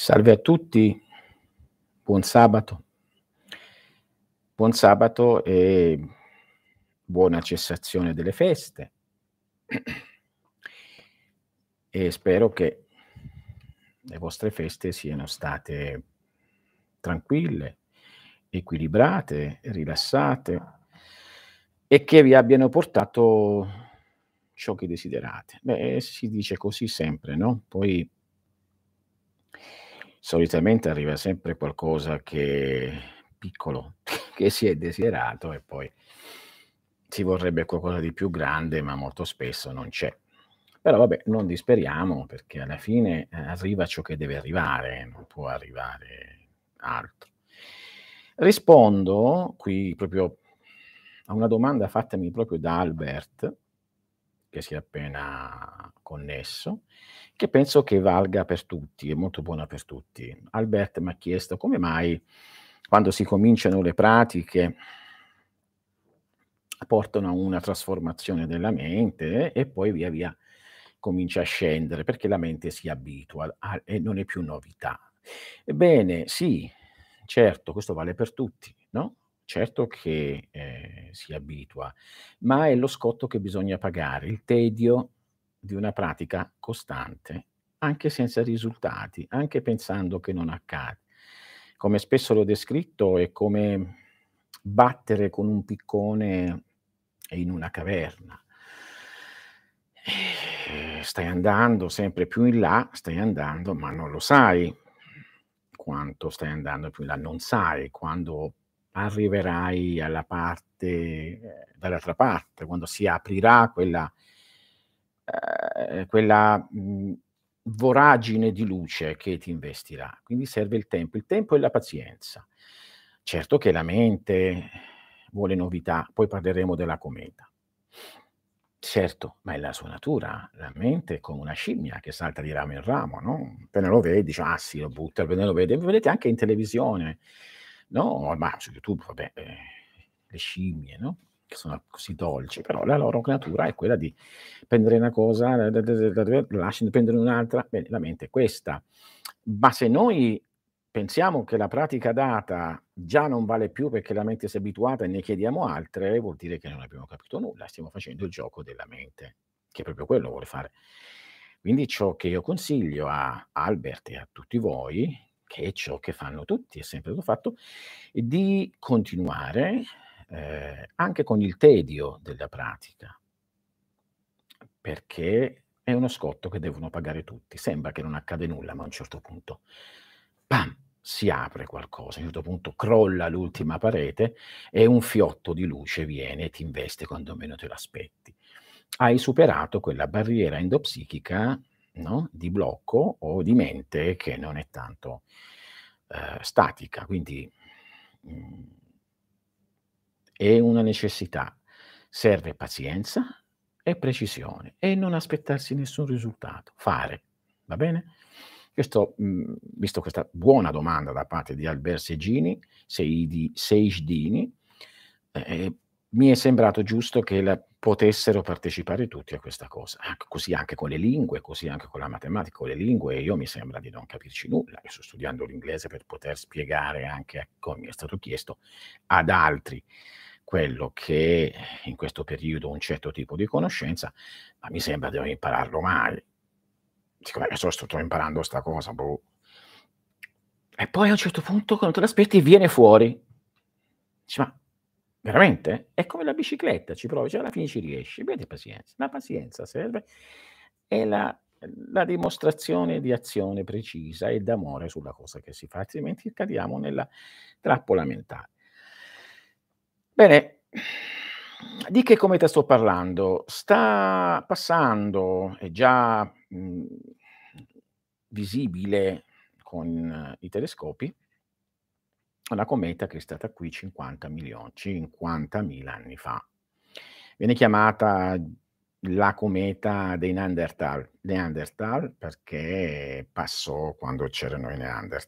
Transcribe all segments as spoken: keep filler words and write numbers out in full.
Salve a tutti, buon sabato. Buon sabato e buona cessazione delle feste. E spero che le vostre feste siano state tranquille, equilibrate, rilassate e che vi abbiano portato ciò che desiderate. Beh, si dice così sempre, no, poi solitamente arriva sempre qualcosa che piccolo, che si è desiderato e poi si vorrebbe qualcosa di più grande, ma molto spesso non c'è. Però vabbè, non disperiamo perché alla fine, ehm, arriva ciò che deve arrivare, non può arrivare altro. Rispondo qui proprio a una domanda fattami proprio da Albert, che si è appena connesso, che penso che valga per tutti, è molto buona per tutti. Albert m'ha chiesto: come mai quando si cominciano le pratiche portano a una trasformazione della mente e poi via via comincia a scendere, perché la mente si abitua a e non è più novità. Ebbene sì, certo, questo vale per tutti, no, certo che, ehm, si abitua, ma è lo scotto che bisogna pagare, il tedio di una pratica costante, anche senza risultati, anche pensando che non accade. Come spesso l'ho descritto, è come battere con un piccone in una caverna. Eh, stai andando sempre più in là, stai andando, ma non lo sai quanto stai andando più in là, non sai quando arriverai alla parte ehm, dall'altra parte, quando si aprirà quella ehm, quella, mhmm, voragine di luce che ti investirà. Quindi serve il tempo, il tempo e la pazienza. Certo che la mente vuole novità, poi parleremo della cometa. Certo, ma è la sua natura. La mente è come una scimmia che salta di ramo in ramo, no, appena lo vedi dice: "Ah sì, lo butto", appena lo vede lo vedete anche in televisione, no, ma su YouTube vabbè, ehm, le scimmie, no, che sono così dolci, però la loro natura è quella di prendere una cosa, da da da da dove lasciano prendere un'altra. Bene, la mente è questa. Ma se noi pensiamo che la pratica data già non vale più perché la mente si è abituata e ne chiediamo altre, vuol dire che non abbiamo capito nulla, stiamo facendo il gioco della mente, che proprio quello vuole fare. Quindi ciò che io consiglio a Albert e a tutti voi, che è ciò che fanno tutti, è sempre stato fatto, è di continuare, ehm, anche con il tedio della pratica. Perché è uno scotto che devono pagare tutti. Sembra che non accade nulla, ma a un certo punto, pam, si apre qualcosa, a un certo punto crolla l'ultima parete e un fiotto di luce viene e ti investe quando meno te l'aspetti. Hai superato quella barriera endopsichica, no, di blocco o di mente che non è tanto, ehm, statica, quindi, mhmm è una necessità. Serve pazienza e precisione e non aspettarsi nessun risultato, fare, va bene? Questo, mhmm, visto questa buona domanda da parte di Albert Segini Seidi Seidini, ehm, mi è sembrato giusto che la potessero partecipare tutti a questa cosa. Anc così anche con le lingue, così anche con la matematica. Con le lingue io mi sembra di non capirci nulla. Io sto studiando l'inglese per poter spiegare anche, come mi è stato chiesto, ad altri quello che in questo periodo un certo tipo di conoscenza, ma mi sembra di non impararlo mai. Dico: "Ma adesso sto sto imparando 'sta cosa, boh". E poi a un certo punto, quando te l'aspetti, viene fuori. Dici: "Ma veramente?" È come la bicicletta, ci provi, cioè alla fine ci riesci. Abbiate pazienza. La pazienza serve e la la dimostrazione di azione precisa e d'amore sulla cosa che si fa, altrimenti cadiamo nella trappola mentale. Bene, di che cometa sto parlando? Sta passando, è già, mhmm, visibile con i telescopi, una cometa che è stata qui cinquanta milioni cinquantamila anni fa. Viene chiamata la cometa dei Neanderthal. Neanderthal perché passò quando c'erano i Neanderthal.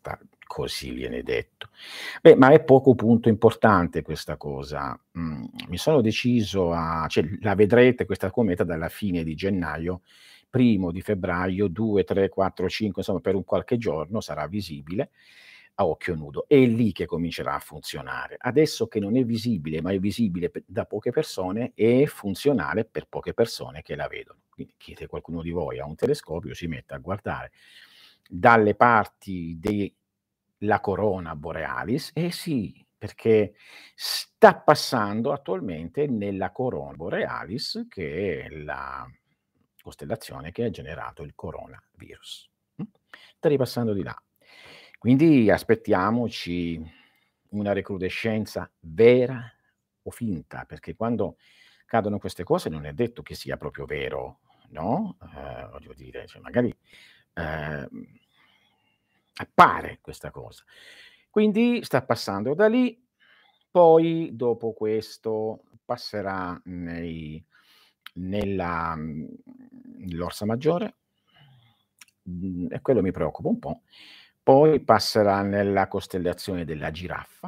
Così viene detto. Beh, ma è poco punto importante questa cosa. Mhmm, mi sono deciso a cioè la vedrete questa cometa dalla fine di gennaio, primo di febbraio, due, tre, quattro, cinque, insomma per un qualche giorno sarà visibile a occhio nudo. È lì che comincerà a funzionare. Adesso che non è visibile, ma è visibile pe da poche persone, è funzionale per poche persone che la vedono. Quindi chi se qualcuno di voi ha un telescopio si metta a guardare dalle parti de la corona borealis, eh sì, perché sta passando attualmente nella corona borealis, che è la costellazione che ha generato il coronavirus. Mh? Sta ripassando di là. Quindi aspettiamoci una recrudescenza vera o finta, perché quando cadono queste cose non è detto che sia proprio vero, no, ehm, voglio dire, cioè magari, ehm, appare questa cosa. Quindi sta passando da lì, poi dopo questo passerà nei nella mhmm, l'Orsa Maggiore, mhmm, e quello mi preoccupa un po'. Poi passerà nella costellazione della Giraffa,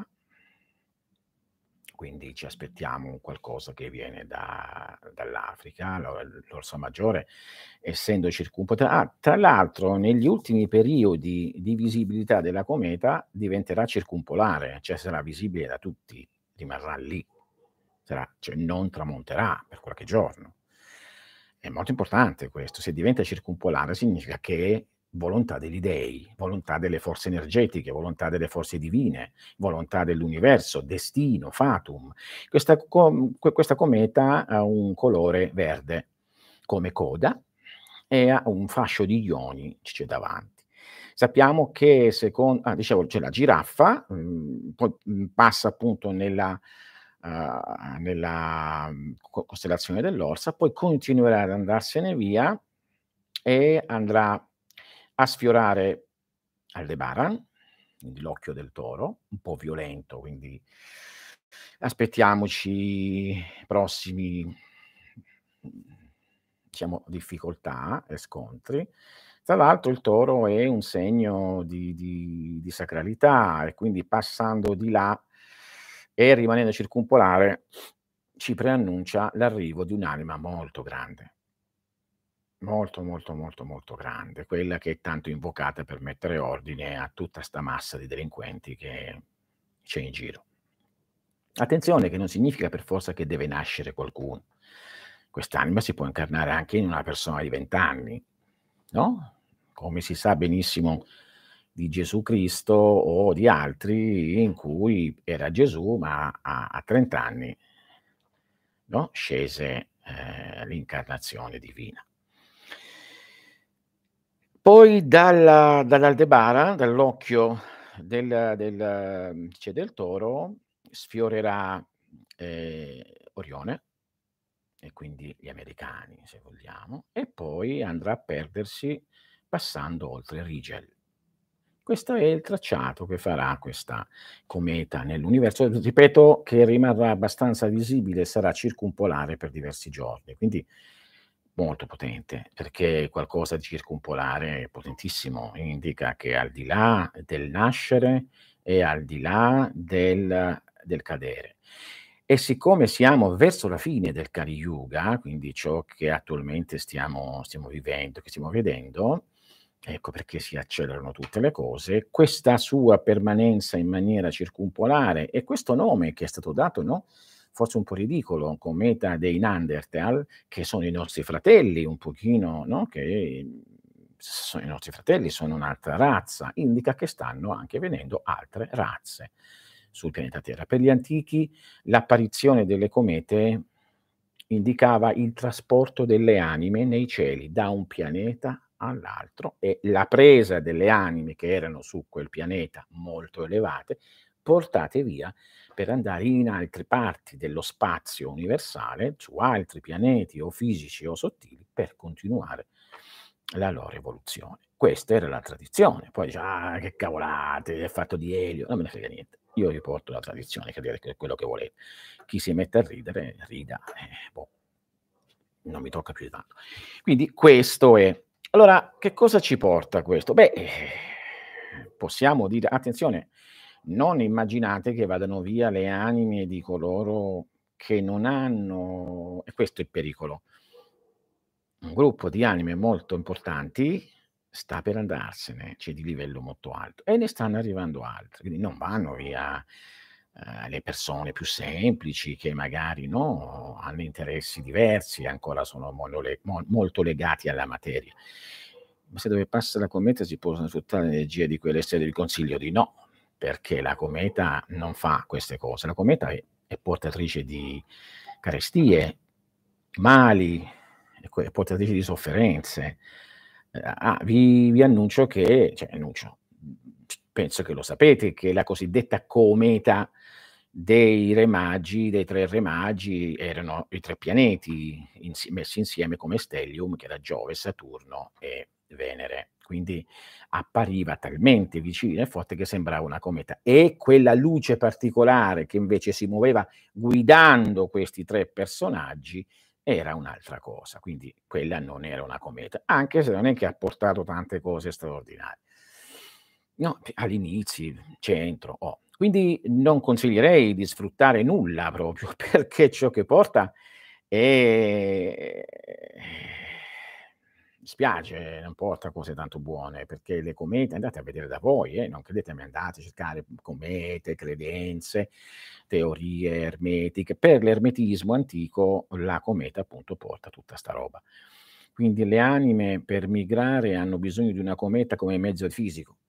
quindi ci aspettiamo un qualcosa che viene da dall'Africa, lo l'Orsa Maggiore essendo circumpota ah, tra l'altro negli ultimi periodi di visibilità della cometa diventerà circumpolare, cioè sarà visibile da tutti, rimarrà lì, sarà cioè non tramonterà per qualche giorno. È molto importante questo, se diventa circumpolare significa che è volontà degli dei, volontà delle forze energetiche, volontà delle forze divine, volontà dell'universo, destino, fatum. Questa com que questa cometa ha un colore verde come coda e ha un fascio di ioni ci c'è davanti. Sappiamo che secon ah, dicevo c'è la giraffa, mhmm, poi, mhmm, passa appunto nella uhm, nella, mhmm, co costellazione dell'Orsa, poi continuerà ad andarsene via e andrà a sfiorare Aldebaran, quindi l'occhio del toro, un po' violento, quindi aspettiamoci prossimi, mhmm, diciamo difficoltà e scontri. Tra l'altro il toro è un segno di di di sacralità e quindi passando di là e rimanendo circumpolare ci preannuncia l'arrivo di un'anima molto grande. Molto, molto, molto, molto grande, quella che è tanto invocata per mettere ordine a tutta 'sta massa di delinquenti che c'è in giro. Attenzione che non significa per forza che deve nascere qualcuno. Quest'anima si può incarnare anche in una persona di venti anni, no, come si sa benissimo di Gesù Cristo o di altri in cui era Gesù, ma a a trenta anni, no, scese, ehm, l'incarnazione divina. Poi dalla dall'Aldebaran, dall'occhio del del mhmm, dice del toro, sfiorerà, ehm, Orione e quindi gli americani, se vogliamo, e poi andrà a perdersi passando oltre Rigel. Questo è il tracciato che farà questa cometa nell'universo. Ripeto che rimarrà abbastanza visibile e sarà circumpolare per diversi giorni, quindi molto potente, perché è qualcosa di circumpolare potentissimo, indica che al di là del nascere e al di là del del cadere. E siccome siamo verso la fine del Kali Yuga, quindi ciò che attualmente stiamo stiamo vivendo, che stiamo vedendo, ecco perché si accelerano tutte le cose, questa sua permanenza in maniera circumpolare e questo nome che è stato dato, no, forse un po' ridicolo, cometa dei Neanderthal, che sono i nostri fratelli un pochino, no, che mhmm, sono i nostri fratelli, sono un'altra razza, indica che stanno anche venendo altre razze sul pianeta Terra. Per gli antichi l'apparizione delle comete indicava il trasporto delle anime nei cieli da un pianeta all'altro e la presa delle anime che erano su quel pianeta molto elevate, portate via per andare in altre parti dello spazio universale, su altri pianeti o fisici o sottili, per continuare la loro evoluzione. Questa era la tradizione. Poi dice: "Ah, che cavolate, è fatto di elio", non me ne frega niente. Io riporto la tradizione, credete quello che volete. Chi si mette a ridere, rida, eh, boh, non mi tocca più di tanto. Quindi questo è. Allora, che cosa ci porta questo? Beh, eh, possiamo dire attenzione, non immaginate che vadano via le anime di coloro che non hanno e questo è il pericolo. Un gruppo di anime molto importanti sta per andarsene, cioè di livello molto alto, e ne stanno arrivando altri, quindi non vanno via, ehm, le persone più semplici che magari, no, hanno interessi diversi e ancora sono monole mo molto legati alla materia. Ma se dove passa la cometa si possono sfruttare l'energia di quelle stelle? Vi consiglio di no, perché la cometa non fa queste cose. La cometa è è portatrice di carestie, mali, è que è portatrice di sofferenze. Ehm, ah, vi vi annuncio che cioè annuncio, mhmm, penso che lo sapete, che la cosiddetta cometa dei Re Magi, dei tre Re Magi, erano i tre pianeti insi messi insieme come stellium, che era Giove, Saturno e Venere. Quindi appariva talmente vicina e forte che sembrava una cometa. E quella luce particolare che invece si muoveva guidando questi tre personaggi era un'altra cosa, quindi quella non era una cometa, anche se non è che ha portato tante cose straordinarie. No, p agli inizi, centro, oh. Quindi non consiglierei di sfruttare nulla proprio, perché ciò che porta è mi spiace, non porta cose tanto buone, perché le comete andate a vedere da voi, eh, non credetemi, andate a cercare comete, credenze, teorie ermetiche. Per l'ermetismo antico la cometa appunto porta tutta 'sta roba. Quindi le anime per migrare hanno bisogno di una cometa come mezzo fisico.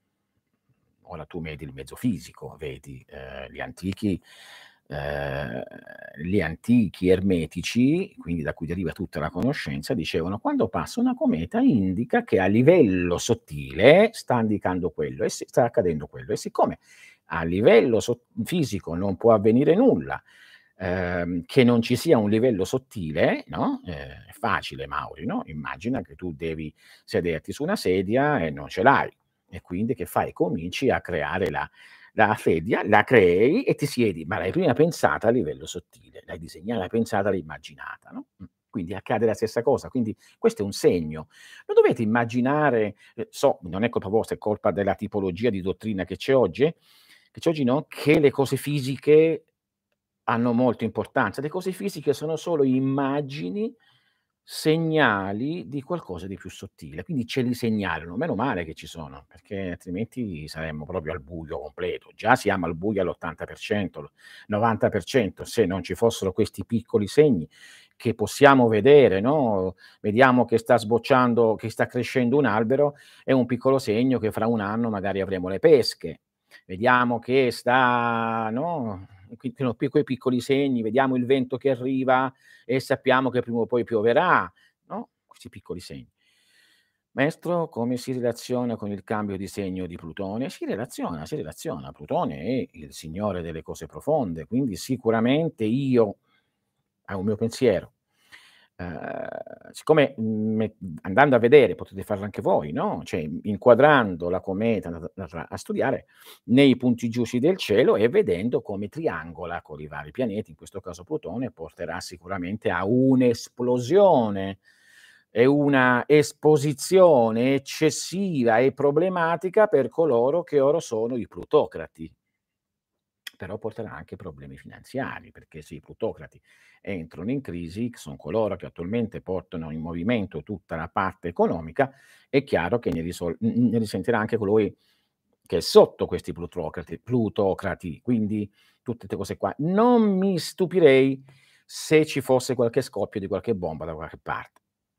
Ora tu vedi il mezzo fisico, vedi, ehm, gli antichi ehm, gli antichi ermetici, quindi da cui deriva tutta la conoscenza, dicevano: "Quando passa una cometa indica che a livello sottile sta indicando quello e si sta accadendo quello." E siccome a livello so fisico non può avvenire nulla, ehm, che non ci sia un livello sottile, no, ehm, è facile Mauri, no, immagina che tu devi sederti su una sedia e non ce l'hai. E quindi che fai? Cominci a creare la la sedia, la crei e ti siedi, ma l'hai prima pensata a livello sottile, l'hai disegna l'hai pensata, l'hai immaginata, no, mh. Quindi accade la stessa cosa, quindi questo è un segno. Non dovete immaginare ehm, so, non è colpa vostra, è colpa della tipologia di dottrina che c'è oggi, eh, che c'è oggi, no, che le cose fisiche hanno molta importanza. Le cose fisiche sono solo immagini, segnali di qualcosa di più sottile, quindi ce li segnalano. Meno male che ci sono, perché altrimenti saremmo proprio al buio completo. Già siamo al buio all'ottanta per cento, l novanta per cento se non ci fossero questi piccoli segni che possiamo vedere, no, vediamo che sta sbocciando che sta crescendo un albero, è un piccolo segno che fra un anno magari avremo le pesche. Vediamo che sta no, qui sono pi quei piccoli segni, vediamo il vento che arriva e sappiamo che prima o poi pioverà, no, questi piccoli segni. Maestro, come si relaziona con il cambio di segno di Plutone? Si relaziona, si relaziona. Plutone è il signore delle cose profonde, quindi sicuramente io è un mio pensiero. Ehm, siccome, mhmm, me andando a vedere, potete farlo anche voi, no, cioè inquadrando la cometa, andata andata a studiare nei punti giusti del cielo e vedendo come triangola con i vari pianeti, in questo caso Plutone, porterà sicuramente a un'esplosione e una esposizione eccessiva e problematica per coloro che ora sono i plutocrati. Però porterà anche problemi finanziari, perché se i plutocrati entrano in crisi, che son coloro che attualmente portano in movimento tutta la parte economica, è chiaro che ne risol n ne risentirà anche colui che è sotto questi plutrocrati plutocrati, quindi tutte 'ste cose qua. Non mi stupirei se ci fosse qualche scoppio di qualche bomba da qualche parte.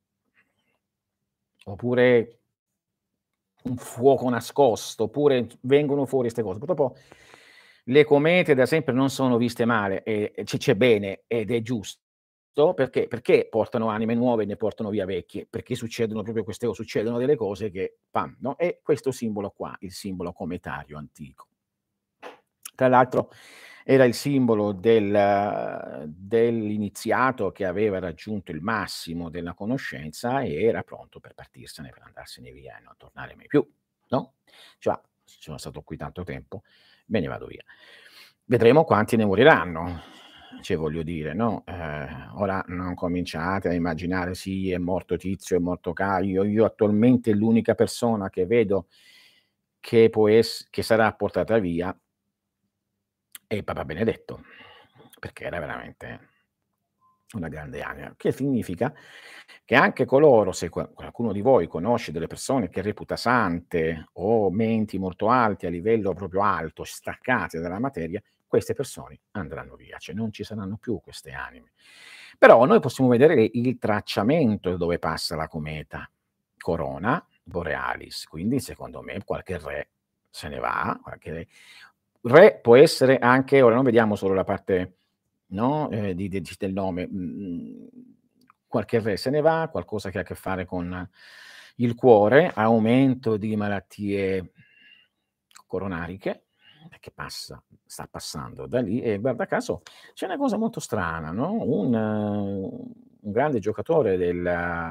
Oppure un fuoco nascosto, oppure vengono fuori 'ste cose. Purtroppo le comete da sempre non sono viste male e e ci c'è bene ed è giusto perché perché portano anime nuove e ne portano via vecchie? Perché succedono proprio queste co succedono delle cose che pam, no, e questo simbolo qua, il simbolo cometario antico. Tra l'altro era il simbolo del dell'iniziato che aveva raggiunto il massimo della conoscenza e era pronto per partirsene, per andarsene via e non tornare mai più, no, cioè: "Sono stato qui tanto tempo, me ne vado via." Vedremo quanti ne moriranno, cioè voglio dire, no, ehm, ora non cominciate a immaginare: "Sì, è morto Tizio, è morto Caio." Io attualmente l'unica persona che vedo che può ess che sarà portata via è Papa Benedetto, perché era veramente una grande anima, che significa che anche coloro se qua qualcuno di voi conosce delle persone che reputa sante o menti molto alti, a livello proprio alto, staccate dalla materia, queste persone andranno via, cioè non ci saranno più queste anime. Però noi possiamo vedere il tracciamento dove passa la cometa Corona Borealis, quindi secondo me qualche re se ne va, qualche re re può essere anche ora non vediamo solo la parte, no, ehm, di de del nome, mhmm, qualche re se ne va, qualcosa che ha a che fare con il cuore, aumento di malattie coronariche, perché passa sta passando da lì e guarda caso c'è una cosa molto strana, no, un un grande giocatore del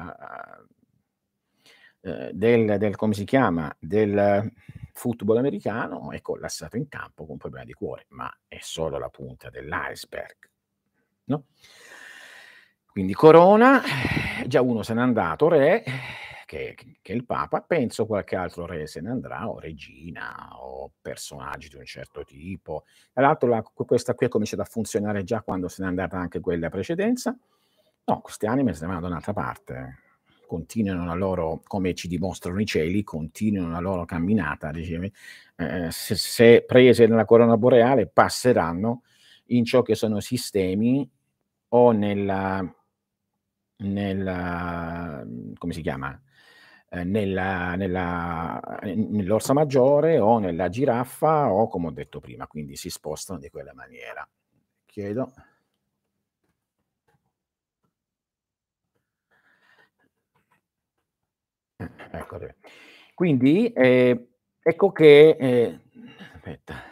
ehm, del del come si chiama, del football americano è collassato in campo con problema di cuore, ma è solo la punta dell'iceberg, no? Quindi Corona, già uno se n'è andato re, che che che è il Papa, penso qualche altro re se ne andrà o regina o personaggi di un certo tipo. Tra l'altro la q questa qui ha cominciato a funzionare già quando se n'è andata anche quella precedenza. No, queste anime se ne vanno da un'altra parte, continuano la loro come ci dimostrano i cieli, continuano la loro camminata, dicevi, ehm, se se prese nella corona boreale passeranno in ciò che sono sistemi o nella nella mhmm, come si chiama, ehm, nella nella ehm, nell'Orsa Maggiore o nella Giraffa o come ho detto prima, quindi si spostano di quella maniera. Chiedo. Eh, ecco re quindi, ehm, ecco che, ehm aspetta.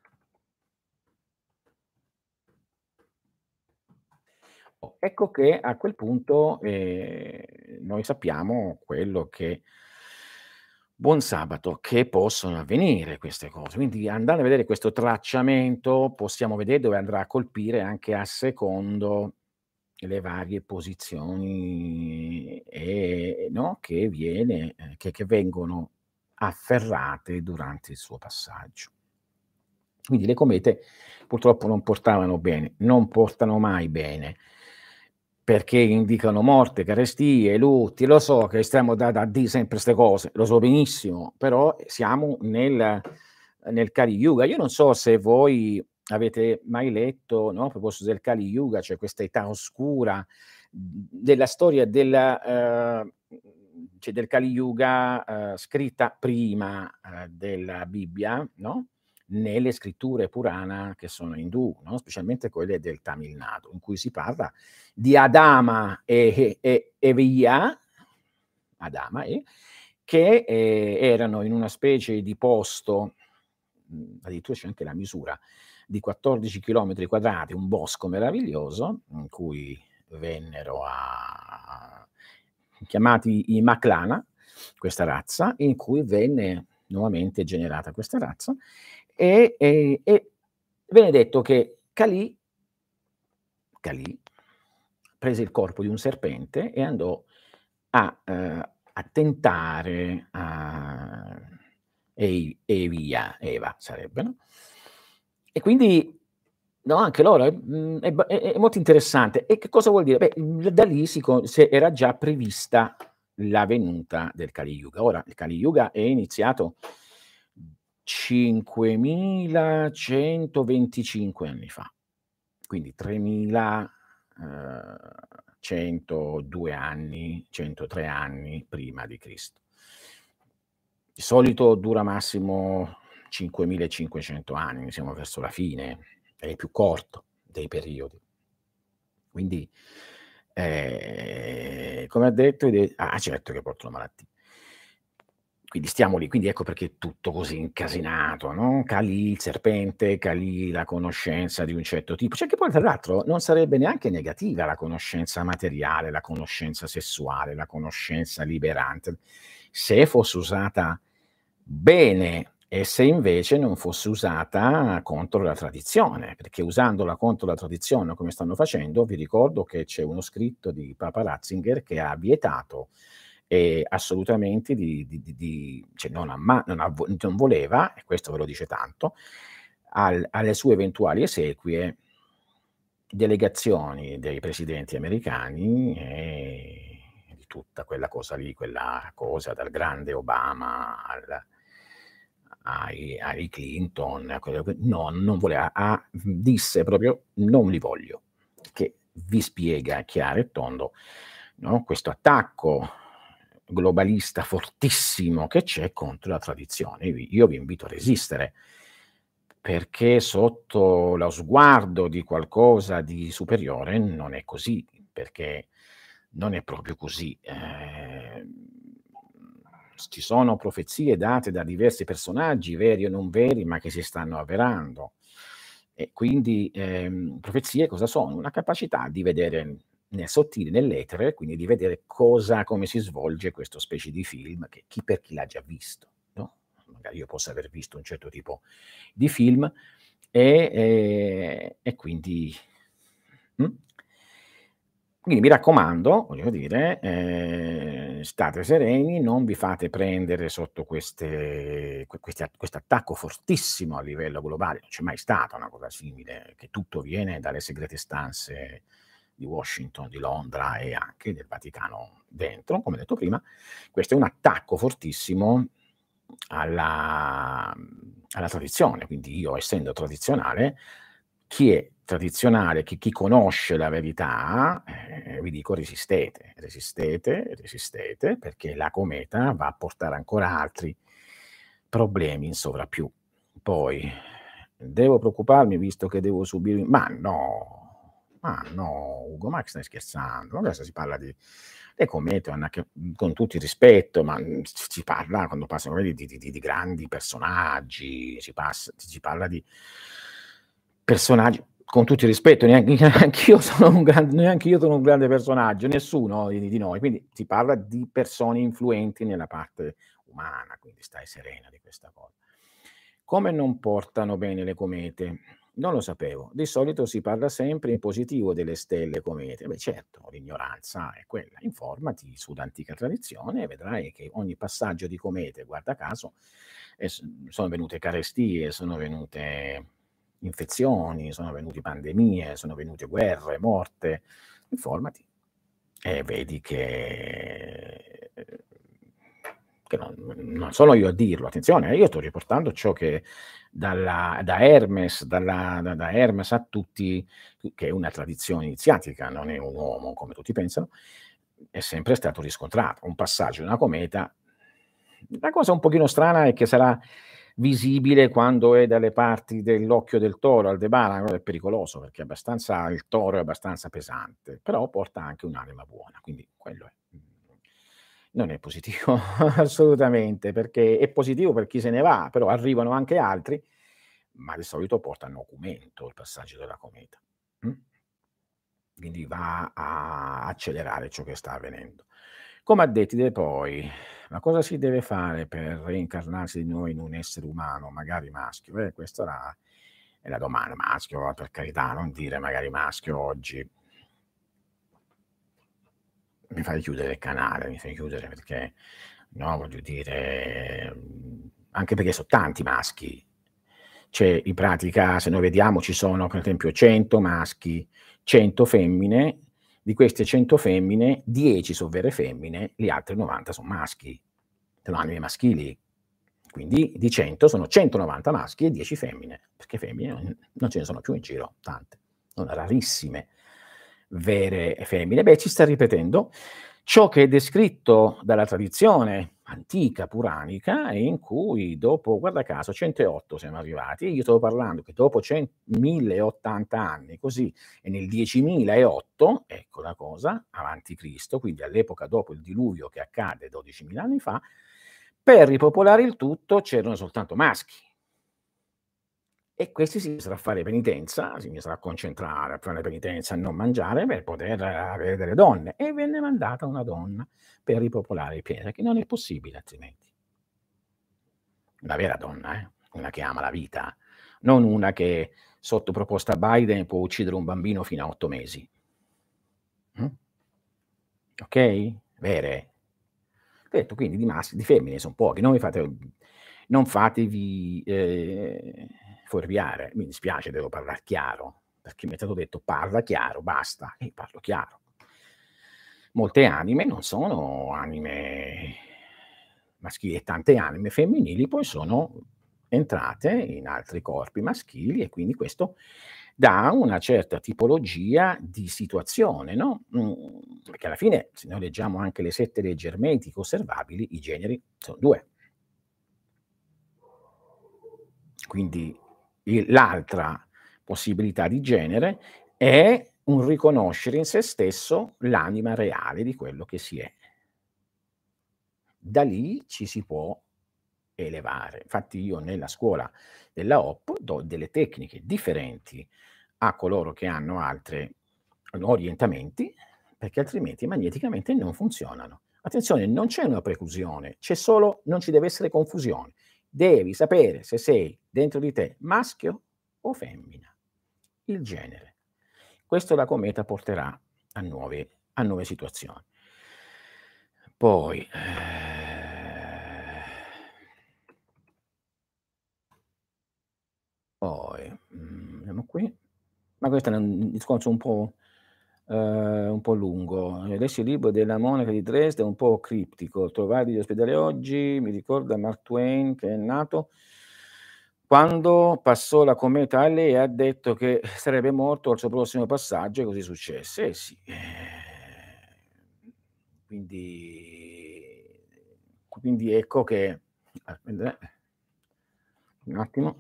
O ecco che a quel punto, ehm, noi sappiamo quello che buon sabato, che possono avvenire queste cose. Quindi andando a vedere questo tracciamento, possiamo vedere dove andrà a colpire anche a secondo le varie posizioni, ehm, no, che viene ehm, che che vengono afferrate durante il suo passaggio. Quindi le comete purtroppo non portavano bene, non portano mai bene, perché indicano morte, carestie, lutti. Lo so che stiamo da da dì sempre 'ste cose, lo so benissimo, però siamo nel nel Kali Yuga. Io non so se voi avete mai letto, no, a proposito del Kali Yuga, cioè questa età oscura, mhmm, della storia della ehm, cioè del Kali Yuga, ehm, scritta prima, ehm, della Bibbia, no, nelle scritture Purana che sono indù, no, specialmente quelle del Tamil Nadu, in cui si parla di Adama e e e Evia, Adama e che, ehm, erano in una specie di posto, mhmm, addirittura c'è anche la misura, di quattordici chilometri quadrati, un bosco meraviglioso, in cui vennero a chiamati i Maklana, questa razza, in cui venne nuovamente generata questa razza, e e e venne detto che Kali Kali prese il corpo di un serpente e andò a ehm, a tentare a Ei Evia, Eva sarebbe, no, e quindi no, anche loro, mhmm, è b è è molto interessante. E che cosa vuol dire? Beh, mhmm, da lì si co se era già prevista la venuta del Kali Yuga. Ora il Kali Yuga è iniziato cinquemilacentoventicinque anni fa, quindi tremila, ehm, centodue anni, centotré anni prima di Cristo. Di solito dura massimo cinquemilacinquecento anni, siamo verso la fine, è il più corto dei periodi. Quindi, ehm, come ha detto de ah certo che portano malattie. Quindi stiamo lì, quindi ecco perché è tutto così incasinato, no, Kali il serpente, Kali la conoscenza di un certo tipo, cioè che poi tra l'altro non sarebbe neanche negativa la conoscenza materiale, la conoscenza sessuale, la conoscenza liberante, se fosse usata bene e se invece non fosse usata contro la tradizione, perché usandola contro la tradizione come stanno facendo, vi ricordo che c'è uno scritto di Papa Ratzinger che ha vietato e assolutamente di di di di cioè non amma non ha vo non voleva, e questo ve lo dice tanto, al alle sue eventuali esequie delegazioni dei presidenti americani e di tutta quella cosa lì, quella cosa dal grande Obama al ai ai Clinton, a quello che no, non voleva, ha disse proprio: "Non li voglio", che vi spiega chiaro e tondo, no, questo attacco globalista fortissimo che c'è contro la tradizione. Io vi io vi invito a resistere, perché sotto lo sguardo di qualcosa di superiore non è così, perché non è proprio così. Ehm, ci sono profezie date da diversi personaggi, veri o non veri, ma che si stanno avverando. E quindi, ehm, profezie cosa sono? Una capacità di vedere nel sottile, nell'etere, quindi di vedere cosa come si svolge questo specie di film che chi per chi l'ha già visto, no, magari io posso aver visto un certo tipo di film e ehm, e quindi mh? Quindi mi raccomando, voglio dire, ehm, state sereni, non vi fate prendere sotto queste que questi a questo attacco fortissimo a livello globale, non c'è mai stata una cosa simile, che tutto viene dalle segrete stanze di Washington, di Londra e anche del Vaticano dentro, come detto prima. Questo è un attacco fortissimo alla mhmm, alla tradizione, quindi io essendo tradizionale, chi è tradizionale, chi chi conosce la verità, eh, vi dico resistete, resistete, resistete, perché la cometa va a portare ancora altri problemi in sovrappiù. Poi, devo preoccuparmi visto che devo subire ma no, ma no Ugo, ma che stai scherzando? Ma adesso si parla di le comete hanno a che mhmm, con tutto il rispetto, ma, mhmm, s si parla quando passano vedi di di di di grandi personaggi, si pass si parla di personaggi con tutto il rispetto, neanche neanch'io sono un gran neanch'io sono un grande personaggio, nessuno di di noi, quindi si parla di persone influenti nella parte umana, quindi stai serena di questa cosa. Come non portano bene le comete? Non lo sapevo. Di solito si parla sempre in positivo delle stelle comete. Beh certo, l'ignoranza è quella. Informati sull'antica tradizione e vedrai che ogni passaggio di comete, guarda caso, e s sono venute carestie, sono venute infezioni, sono venuti pandemie, sono venute guerre, morte. Informati e vedi che che non non sono io a dirlo, attenzione, eh, io sto riportando ciò che dalla da Hermes, dalla da da Hermes a tutti, che è una tradizione iniziatica, non è un uomo come tutti pensano, è sempre stato riscontrato. Un passaggio di una cometa, la cosa un pochino strana è che sarà visibile quando è dalle parti dell'occhio del toro, Aldebaran, quello è pericoloso perché è abbastanza il toro è abbastanza pesante, però porta anche un'anima buona, quindi quello è. Mhmm, non è positivo assolutamente, perché è positivo per chi se ne va, però arrivano anche altri, ma di solito porta nocumento il passaggio della cometa. Mh? Quindi va a accelerare ciò che sta avvenendo. Come ha dettide poi, ma cosa si deve fare per reincarnarsi di nuovo in un essere umano, magari maschio? Eh, questa la è la domanda. Maschio, per carità, non dire magari maschio oggi. Mi fai chiudere il canale, mi fai chiudere perché no, voglio dire, mhmm, anche perché so' tanti maschi. Cioè, in pratica, se noi vediamo ci sono per esempio cento maschi, cento femmine, di queste cento femmine, dieci so' vere femmine, gli altri novanta son maschi. Sono anime maschili. Quindi di cento sono centonovanta maschi e dieci femmine, perché femmine non non ce ne sono più in giro, tante. Sono rarissime vere femmine. Beh, ci sta ripetendo ciò che è descritto dalla tradizione antica, puranica, e in cui dopo, guarda caso, centootto siamo arrivati, e io stavo parlando che dopo cen mille e ottanta anni così, e nel diecimilaotto, ecco la cosa, avanti Cristo, quindi all'epoca dopo il diluvio che accade dodicimila anni fa, per ripopolare il tutto c'erano soltanto maschi. E questi si misero a fare penitenza, si misero a concentrare, a fare penitenza, a non mangiare per poter avere delle donne, e venne mandata una donna per ripopolare il pianeta, che non è possibile altrimenti. Una vera donna, eh, una che ama la vita, non una che sotto proposta Biden può uccidere un bambino fino a otto mesi. Mh? Okay? Vere. Detto quindi di maschi di femmine son pochi, non vi fate non fatevi, ehm, fuorviare. Mi dispiace, devo parlar chiaro, perché mi è stato detto: "Parla chiaro, basta." E parlo chiaro. Molte anime non sono anime maschili e tante anime femminili poi sono entrate in altri corpi maschili e quindi questo dà una certa tipologia di situazione, no, mhmm, perché alla fine se noi leggiamo anche le sette leggi ermetiche osservabili, i generi son due. Quindi il l'altra possibilità di genere è un riconoscere in se stesso l'anima reale di quello che si è. Da lì ci si può elevare. Infatti io nella scuola della O P do delle tecniche differenti a coloro che hanno altre orientamenti, perché altrimenti magneticamente non funzionano. Attenzione, non c'è una preclusione, c'è solo non ci deve essere confusione. Devi sapere se sei dentro di te maschio o femmina, il genere. Questo la cometa porterà a nuove a nuove situazioni. Poi, ehm poi, mhmm, vediamo qui. Ma questo è un discorso un po', ehm, un po' lungo. Adesso il libro della monaca di Dresda è un po' criptico. Trovare degli ospedali oggi mi ricorda Mark Twain che è nato quando passò la cometa Halley e ha detto che sarebbe morto al suo prossimo passaggio e così successe. Eh sì, ehm, quindi quindi ecco che un attimo.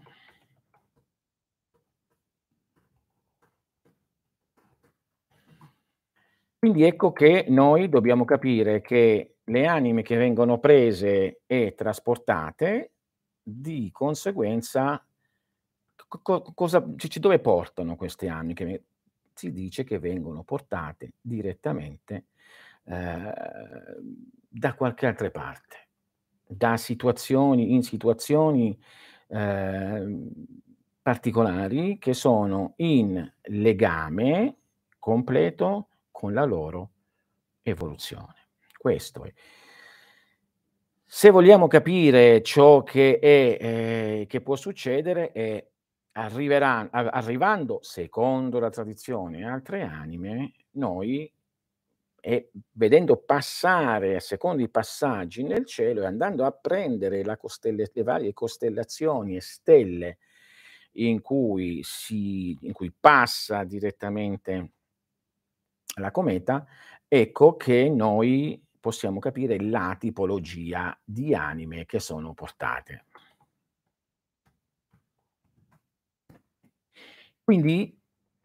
Quindi ecco che noi dobbiamo capire che le anime che vengono prese e trasportate, di conseguenza c co cosa c c dove portano queste anime che ve si dice che vengono portate direttamente, ehm, da qualche altre parte, da situazioni in situazioni, ehm, particolari che sono in legame completo con la loro evoluzione. Questo è. Se vogliamo capire ciò che è ehm, che può succedere è arriverà a arrivando, secondo la tradizione, altre anime, noi e vedendo passare, secondo i passaggi nel cielo e andando a prendere la costelle le varie costellazioni e stelle in cui si in cui passa direttamente la cometa, ecco che noi possiamo capire la tipologia di anime che sono portate. Quindi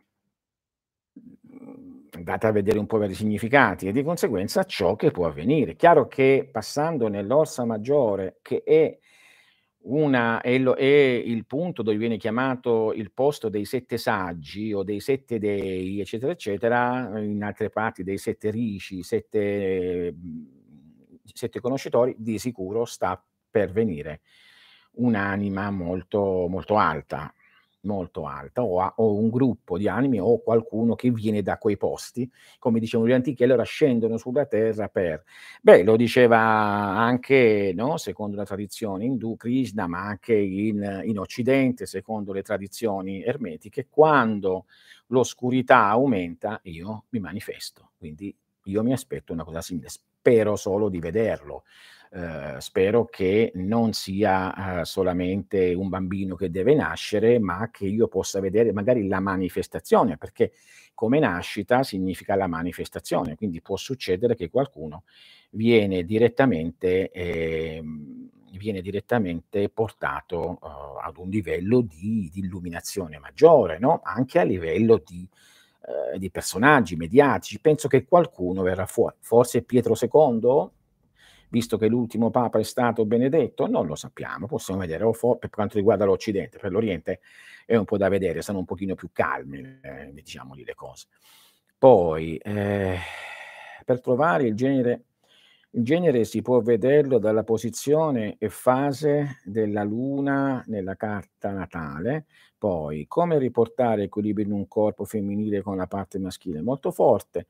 mhmm, andate a vedere un po' i vari significati e di conseguenza ciò che può avvenire. Chiaro che passando nell'Orsa Maggiore, che è una è lo è il punto dove viene chiamato il posto dei sette saggi o dei sette dei, eccetera, eccetera, in altre parti dei sette rishi, sette mhmm, sette conoscitori, di sicuro sta per venire un'anima molto, molto alta, molto alta o a o un gruppo di anime o qualcuno che viene da quei posti, come dicevano gli antichi, allora scendono sulla terra per beh, lo diceva anche, no, secondo la tradizione indù, Krishna, ma anche in in Occidente, secondo le tradizioni ermetiche, quando l'oscurità aumenta io mi manifesto. Quindi io mi aspetto una cosa simile. Spero solo di vederlo. Ehm, spero che non sia, uhm, solamente un bambino che deve nascere, ma che io possa vedere magari la manifestazione, perché come nascita significa la manifestazione, quindi può succedere che qualcuno viene direttamente ehm, viene direttamente portato, uhm, ad un livello di di illuminazione maggiore, no, anche a livello di ehm, di personaggi mediatici. Penso che qualcuno verrà fuori. Forse Pietro secondo? Visto che l'ultimo papa è stato Benedetto? Non lo sappiamo, possiamo vedere o fo per quanto riguarda l'Occidente, per l'Oriente è un po' da vedere, sono un pochino più calme, ehm, diciamoli le cose. Poi, ehm, per trovare il genere il genere si può vederlo dalla posizione e fase della luna nella carta natale. Poi, come riportare equilibrio in un corpo femminile con la parte maschile molto forte.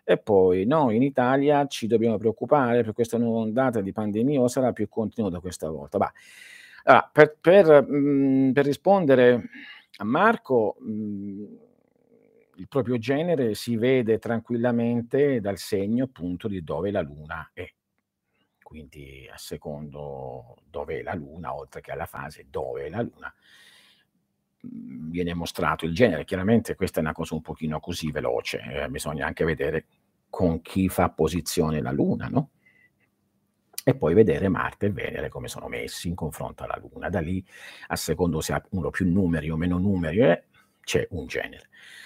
E poi: "Noi in Italia ci dobbiamo preoccupare per questa nuova ondata di pandemia o sarà più contenuta questa volta?" Bah, allora per per mhmm, per rispondere a Marco, mhmm, il proprio genere si vede tranquillamente dal segno appunto di dove la luna è. Quindi a secondo dove è la luna, oltre che alla fase dove è la luna, mhmm, viene mostrato il genere. Chiaramente questa è una cosa un pochino così veloce, ehm, bisogna anche vedere con chi fa posizione la luna, no, e poi vedere Marte e Venere come sono messi in confronto alla luna. Da lì, a secondo se ha uno più numeri o meno numeri, eh, c'è un genere.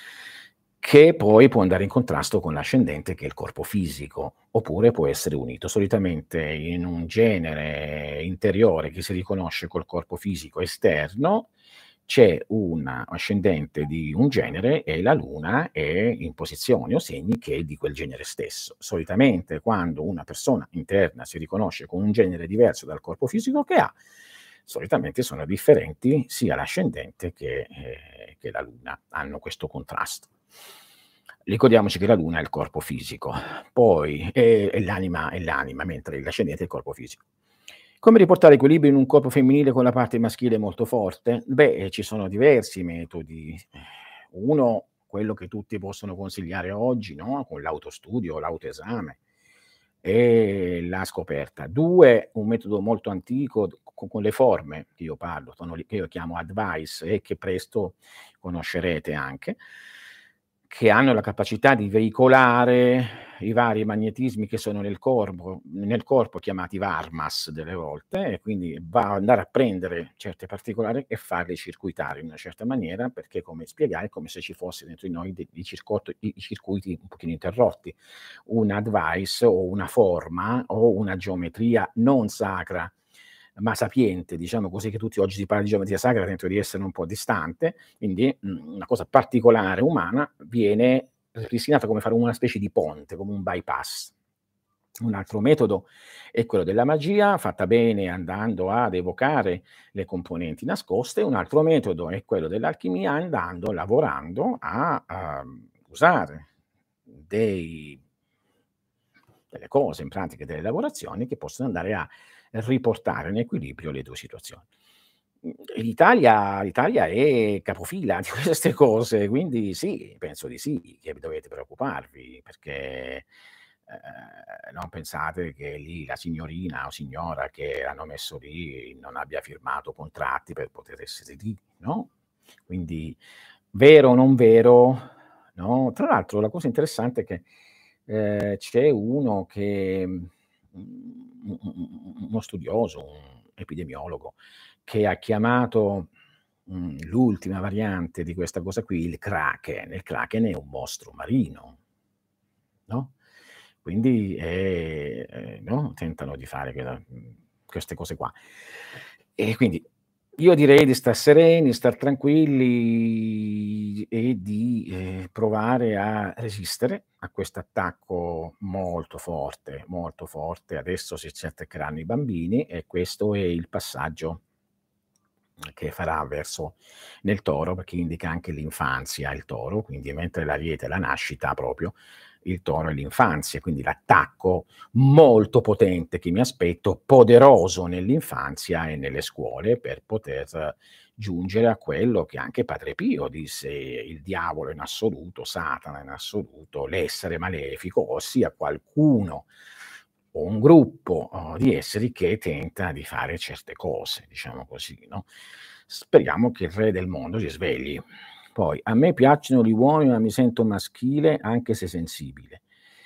Che poi può andare in contrasto con l'ascendente che è il corpo fisico, oppure può essere unito. Solitamente in un genere interiore che si riconosce col corpo fisico esterno, c'è un ascendente di un genere e la luna è in posizioni o segni che è di quel genere stesso. Solitamente quando una persona interna si riconosce con un genere diverso dal corpo fisico che ha, solitamente sono differenti sia l'ascendente che, ehm, che la luna, hanno questo contrasto. Ricordiamoci che la luna è il corpo fisico, poi è è l'anima è l'anima, mentre l'ascendente è il corpo fisico. Come riportare equilibrio in un corpo femminile con la parte maschile molto forte? Beh, eh, ci sono diversi metodi. Uno, quello che tutti possono consigliare oggi, no, con l'autostudio, l'autoesame, e la scoperta. due, un metodo molto antico d co con le forme che io parlo, sono li che io chiamo Advice e che presto conoscerete anche, che hanno la capacità di veicolare i vari magnetismi che sono nel corpo nel corpo chiamati Varmas delle volte, e quindi va a andare a prendere certe particolari e farli circuitare in una certa maniera, perché come spiegare, è come se ci fosse dentro di noi de i circotto i i circuiti un pochino interrotti. Un Advice o una forma o una geometria non sacra, ma sapiente, diciamo così, che tutti oggi si parla di geometria sacra, tento di essere un po' distante, quindi, mhmm, una cosa particolare umana viene ripristinata come fare una specie di ponte, come un bypass. Un altro metodo è quello della magia, fatta bene andando ad evocare le componenti nascoste, un altro metodo è quello dell'alchimia, andando lavorando a, uhm, usare dei delle cose, in pratica delle lavorazioni che possono andare a riportare in equilibrio le due situazioni. Mhmm, l'Italia l'Italia è capofila di queste cose, quindi sì, penso di sì, che dovete preoccuparvi perché, ehm, non pensate che lì la signorina o signora che hanno messo lì non abbia firmato contratti per poter essere lì, no, quindi vero o non vero, no, tra l'altro la cosa interessante è che, ehm, c'è uno che, mhmm, u u u uno studioso, un epidemiologo, che ha chiamato, mhmm, l'ultima variante di questa cosa qui il Kraken. Il Kraken è un mostro marino, no, quindi, ehm, ehm, no, tentano di fare quella mhmm, queste cose qua. E quindi io direi di star sereni, star tranquilli e di, ehm, provare a resistere a quest'attacco molto forte, molto forte. Adesso si ci attaccheranno i bambini e questo è il passaggio che farà verso nel Toro, perché indica anche l'infanzia il Toro, quindi mentre l'Ariete è la nascita proprio, il Toro è l'infanzia, quindi l'attacco molto potente che mi aspetto, poderoso nell'infanzia e nelle scuole per poter giungere a quello che anche Padre Pio disse: "Il diavolo in assoluto, Satana in assoluto, l'essere malefico", ossia qualcuno o un gruppo, uhm, di esseri che tenta di fare certe cose, diciamo così, no. Speriamo che il re del mondo si svegli. Poi: "A me piacciono gli uomini, ma mi sento maschile anche se sensibile.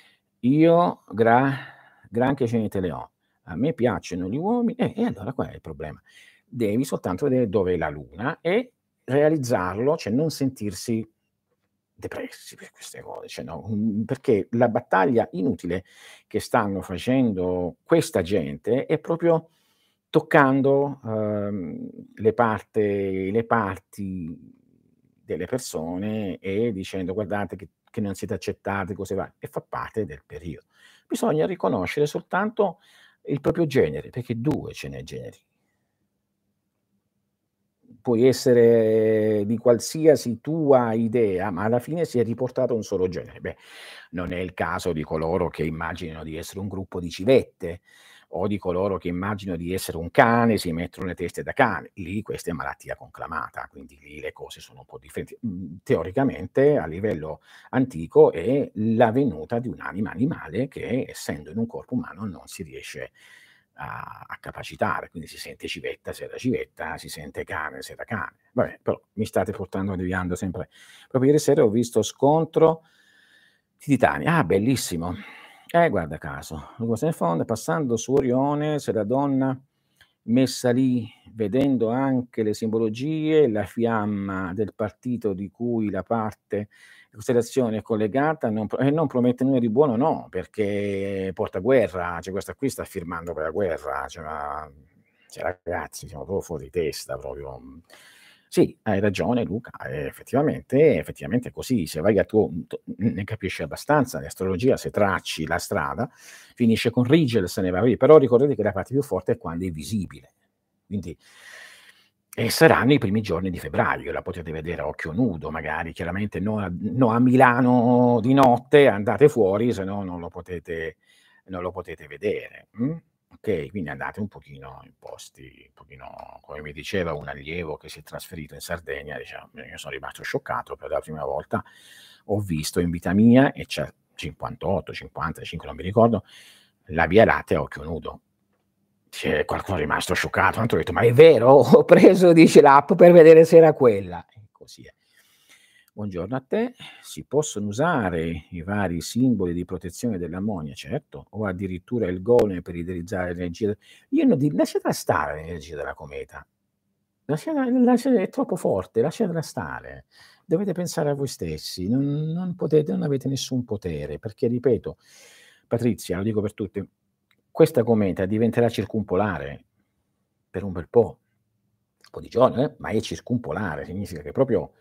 Io gra granché ceniteleon. A me piacciono gli uomini" eh, e allora qual è il problema? Devi soltanto vedere dove è la luna e realizzarlo, cioè non sentirsi depressi per queste cose, cioè no, mhmm, perché la battaglia inutile che stanno facendo questa gente è proprio toccando, uhm, le parte le parti delle persone e dicendo: "Guardate che che non siete accettati", cose varie, e fa parte del periodo. Bisogna riconoscere soltanto il proprio genere, perché due ce n'è generi. puoi essere di qualsiasi tua idea, ma alla fine si è riportato un solo genere. Beh, non è il caso di coloro che immaginano di essere un gruppo di civette, o di coloro che immaginano di essere un cane, si mettono le teste da cane. Lì questa è malattia conclamata, quindi lì le cose sono un po' differenti. Mhmm, teoricamente, a livello antico, è la venuta di un'anima animale che, essendo in un corpo umano, non si riesce a a capacitare, quindi si sente civetta se era civetta, si sente cane se era cane. Vabbè, però mi state portando deviando sempre. Proprio ieri sera ho visto Scontro di Titani. Ah, bellissimo. Eh, guarda caso, Luca nel fondo, passando su Orione, c'è la donna messa lì, vedendo anche le simbologie, la fiamma del partito di cui la parte costellazione è collegata, non pro e non promette nulla di buono, no, perché porta guerra, cioè questa qui sta firmando per la guerra, cioè ma cioè ragazzi siamo proprio fuori testa, proprio, mhmm. Sì, hai ragione Luca, ehm, effettivamente effettivamente è così, se vai a tuo mhmm, to ne capisci abbastanza di astrologia, se tracci la strada, finisce con Rigel, se ne va via, però ricordati che la parte più forte è quando è visibile. Quindi e saranno i primi giorni di febbraio, la potete vedere a occhio nudo magari, chiaramente no a no a Milano di notte, andate fuori, se no non lo potete non lo potete vedere, mh? Okay, quindi andate un pochino in posti un pochino come mi diceva un allievo che si è trasferito in Sardegna, diceva: "Io sono rimasto scioccato, per la prima volta ho visto in vita mia", e c'ha cinquantotto, cinquantacinque, non mi ricordo, la Via Lattea a occhio nudo. C'è qualcuno è rimasto scioccato, tanto ho detto: "Ma è vero?" Ho preso, dice, l'app per vedere se era quella. E così è. Buongiorno a te. Si possono usare i vari simboli di protezione dell'ammonia, certo, o addirittura il golem per idrizzare l'energia. Io non di lasciatela stare l'energia della cometa. Lasciala lascia è troppo forte, lasciatela stare. Dovete pensare a voi stessi, non non potete non avete nessun potere, perché ripeto, Patrizia, lo dico per tutti, questa cometa diventerà circumpolare per un bel po', un po' di giorni, eh, ma è circumpolare, significa che proprio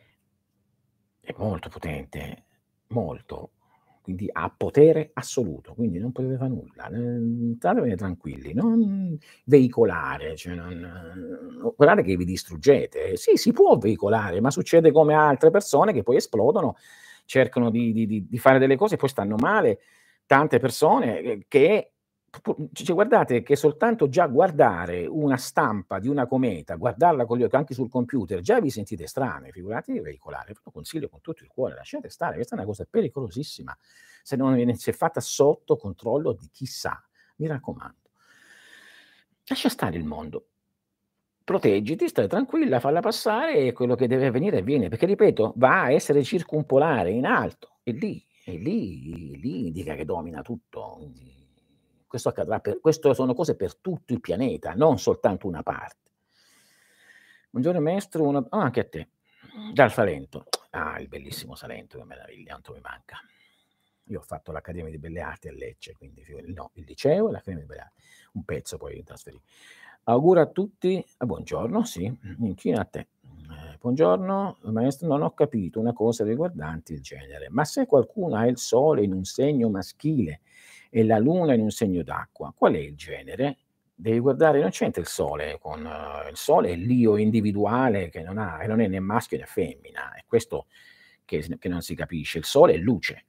è molto potente, molto. Quindi ha potere assoluto, quindi non potete fa' nulla. Ehm, statevene tranquilli, non veicolare, cioè non guardate che vi distruggete. Sì, si può veicolare, ma succede come a altre persone che poi esplodono, cercano di di di di fare delle cose e poi stanno male. Tante persone, ehm, che pu cioè guardate che soltanto già guardare una stampa di una cometa, guardarla con gli occhi anche sul computer, già vi sentite strani, figuratevi veicolare. Ve lo consiglio con tutto il cuore, lasciate stare, questa è una cosa pericolosissima, se non viene se è fatta sotto controllo di chissà, mi raccomando. Lascia stare il mondo. Proteggiti, stai tranquilla, falla passare e quello che deve avvenire avviene, perché ripeto, va a essere circumpolare in alto e lì e lì lì indica che domina tutto. Quindi questo accadrà per questo sono cose per tutto il pianeta, non soltanto una parte. Buongiorno maestro, una ah, anche a te. Dal Salento. Ah, il bellissimo Salento, che meraviglia, quanto mi manca. Io ho fatto l'Accademia di Belle Arti a Lecce, quindi figura no, il liceo e l'Accademia di Belle Arti. Un pezzo poi trasferì. Auguro a tutti ah, buongiorno, sì, inchino a te. Ehm, buongiorno maestro, non ho capito una cosa riguardante il genere, ma se qualcuno ha il sole in un segno maschile e la luna in un segno d'acqua, qual è il genere? Devi guardare non c'entra il sole con eh, il sole è l'io individuale che non ha e non è né maschio né femmina, è questo che s che non si capisce. Il sole è luce.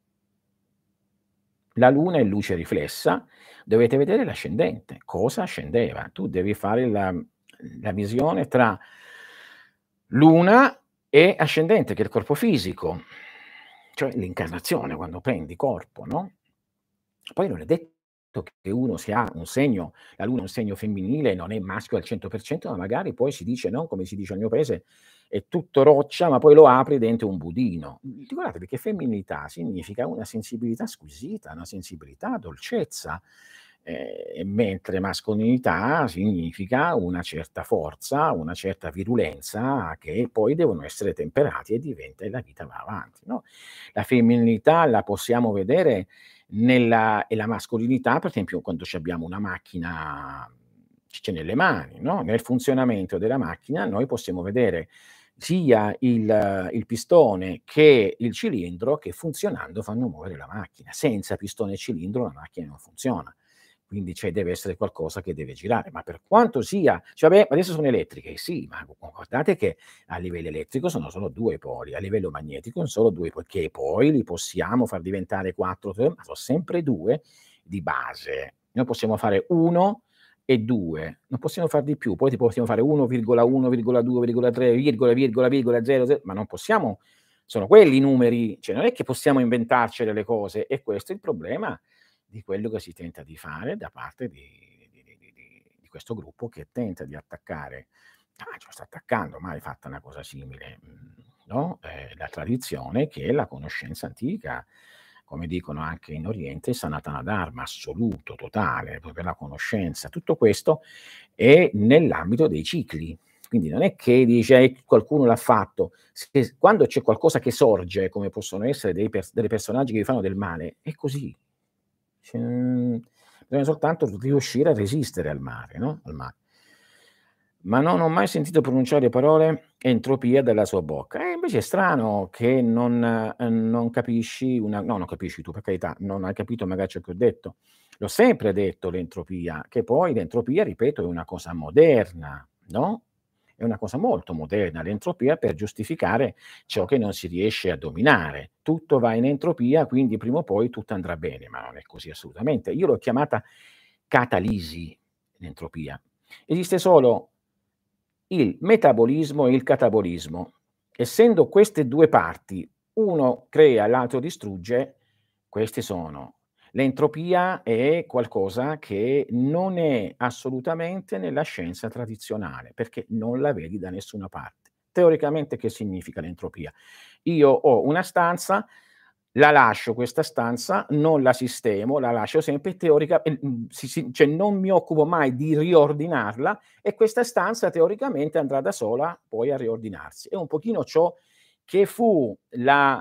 La luna è luce riflessa, dovete vedere l'ascendente, cosa ascendeva. Tu devi fare la la visione tra luna e ascendente, che è il corpo fisico, cioè l'incarnazione, quando prendi corpo, no, poi non è detto che uno se ha un segno la luna è un segno femminile, non è maschio al cento per cento, ma magari poi si dice, no, come si dice al mio paese: "È tutto roccia, ma poi lo apri dentro un budino". Guardate che femminilità significa una sensibilità squisita, una sensibilità, dolcezza, ehm, mentre mascolinità significa una certa forza, una certa virulenza che poi devono essere temperati e diventa e la vita va avanti, no. La femminilità la possiamo vedere nella e la mascolinità, per esempio, quando c'abbiamo una macchina c c'è nelle mani, no, nel funzionamento della macchina noi possiamo vedere sia il il pistone che il cilindro che funzionando fanno muovere la macchina. Senza pistone e cilindro la macchina non funziona. Quindi cioè deve essere qualcosa che deve girare, ma per quanto sia cioè vabbè, adesso sono elettriche, sì, ma gu guardate che a livello elettrico sono solo due poli, a livello magnetico son solo due, poiché poi li possiamo far diventare quattro, tre, ma so sempre due di base. Noi possiamo fare uno e due, non possiamo far di più, poi tipo possiamo fare uno virgola uno, virgola due, virgola tre, virgola, virgola, virgola, zero, ze ma non possiamo sono quelli i numeri, cioè non è che possiamo inventarci delle cose, e questo è il problema di quello che si tenta di fare da parte di di di di di di questo gruppo che tenta di attaccare ah, cioè sta attaccando, mai fatta una cosa simile, mhmm, no, ehm, la tradizione che è la conoscenza antica, come dicono anche in Oriente, Sanatana Dharma, assoluto, totale, proprio la conoscenza. Tutto questo è nell'ambito dei cicli. Quindi non è che dice: "Eh, qualcuno l'ha fatto". Se quando c'è qualcosa che sorge, come possono essere dei pers delle personaggi che vi fanno del male, è così. Cioè, mhmm, bisogna soltanto riuscire a resistere al mare, no, al ma ma non ho mai sentito pronunciare parole entropia dalla sua bocca. E invece è strano che non ehm, non capisci una no, non capisci tu, per carità, non hai capito magari ciò che ho detto. L'ho sempre detto l'entropia, che poi l'entropia, ripeto, è una cosa moderna, no, è una cosa molto moderna l'entropia per giustificare ciò che non si riesce a dominare. Tutto va in entropia, quindi prima o poi tutto andrà bene, ma non è così assolutamente. Io l'ho chiamata catalisi, l'entropia. Esiste solo il metabolismo e il catabolismo. Essendo queste due parti, uno crea e l'altro distrugge, queste sono l'entropia è qualcosa che non è assolutamente nella scienza tradizionale, perché non la vedi da nessuna parte. Teoricamente che significa l'entropia? Io ho una stanza, la lascio questa stanza, non la sistemo, la lascio sempre teorica e mhmm, si si cioè non mi occupo mai di riordinarla e questa stanza teoricamente andrà da sola poi a riordinarsi. È un pochino ciò che fu la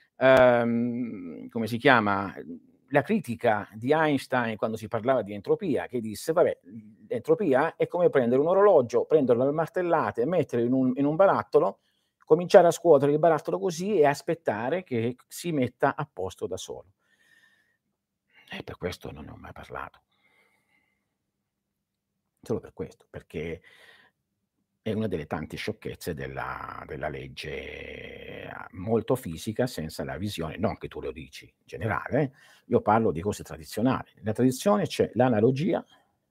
ehm, come si chiama, la critica di Einstein quando si parlava di entropia, che disse: "Vabbè, l'entropia è come prendere un orologio, prenderlo a martellate e metterlo in un in un barattolo, cominciare a scuotere il barattolo così e aspettare che si metta a posto da solo". E per questo non ne ho mai parlato. Solo per questo, perché è una delle tante sciocchezze della della legge a molto fisica senza la visione non che tu lo dici in generale eh, io parlo di cose tradizionali. Nella tradizione c'è l'analogia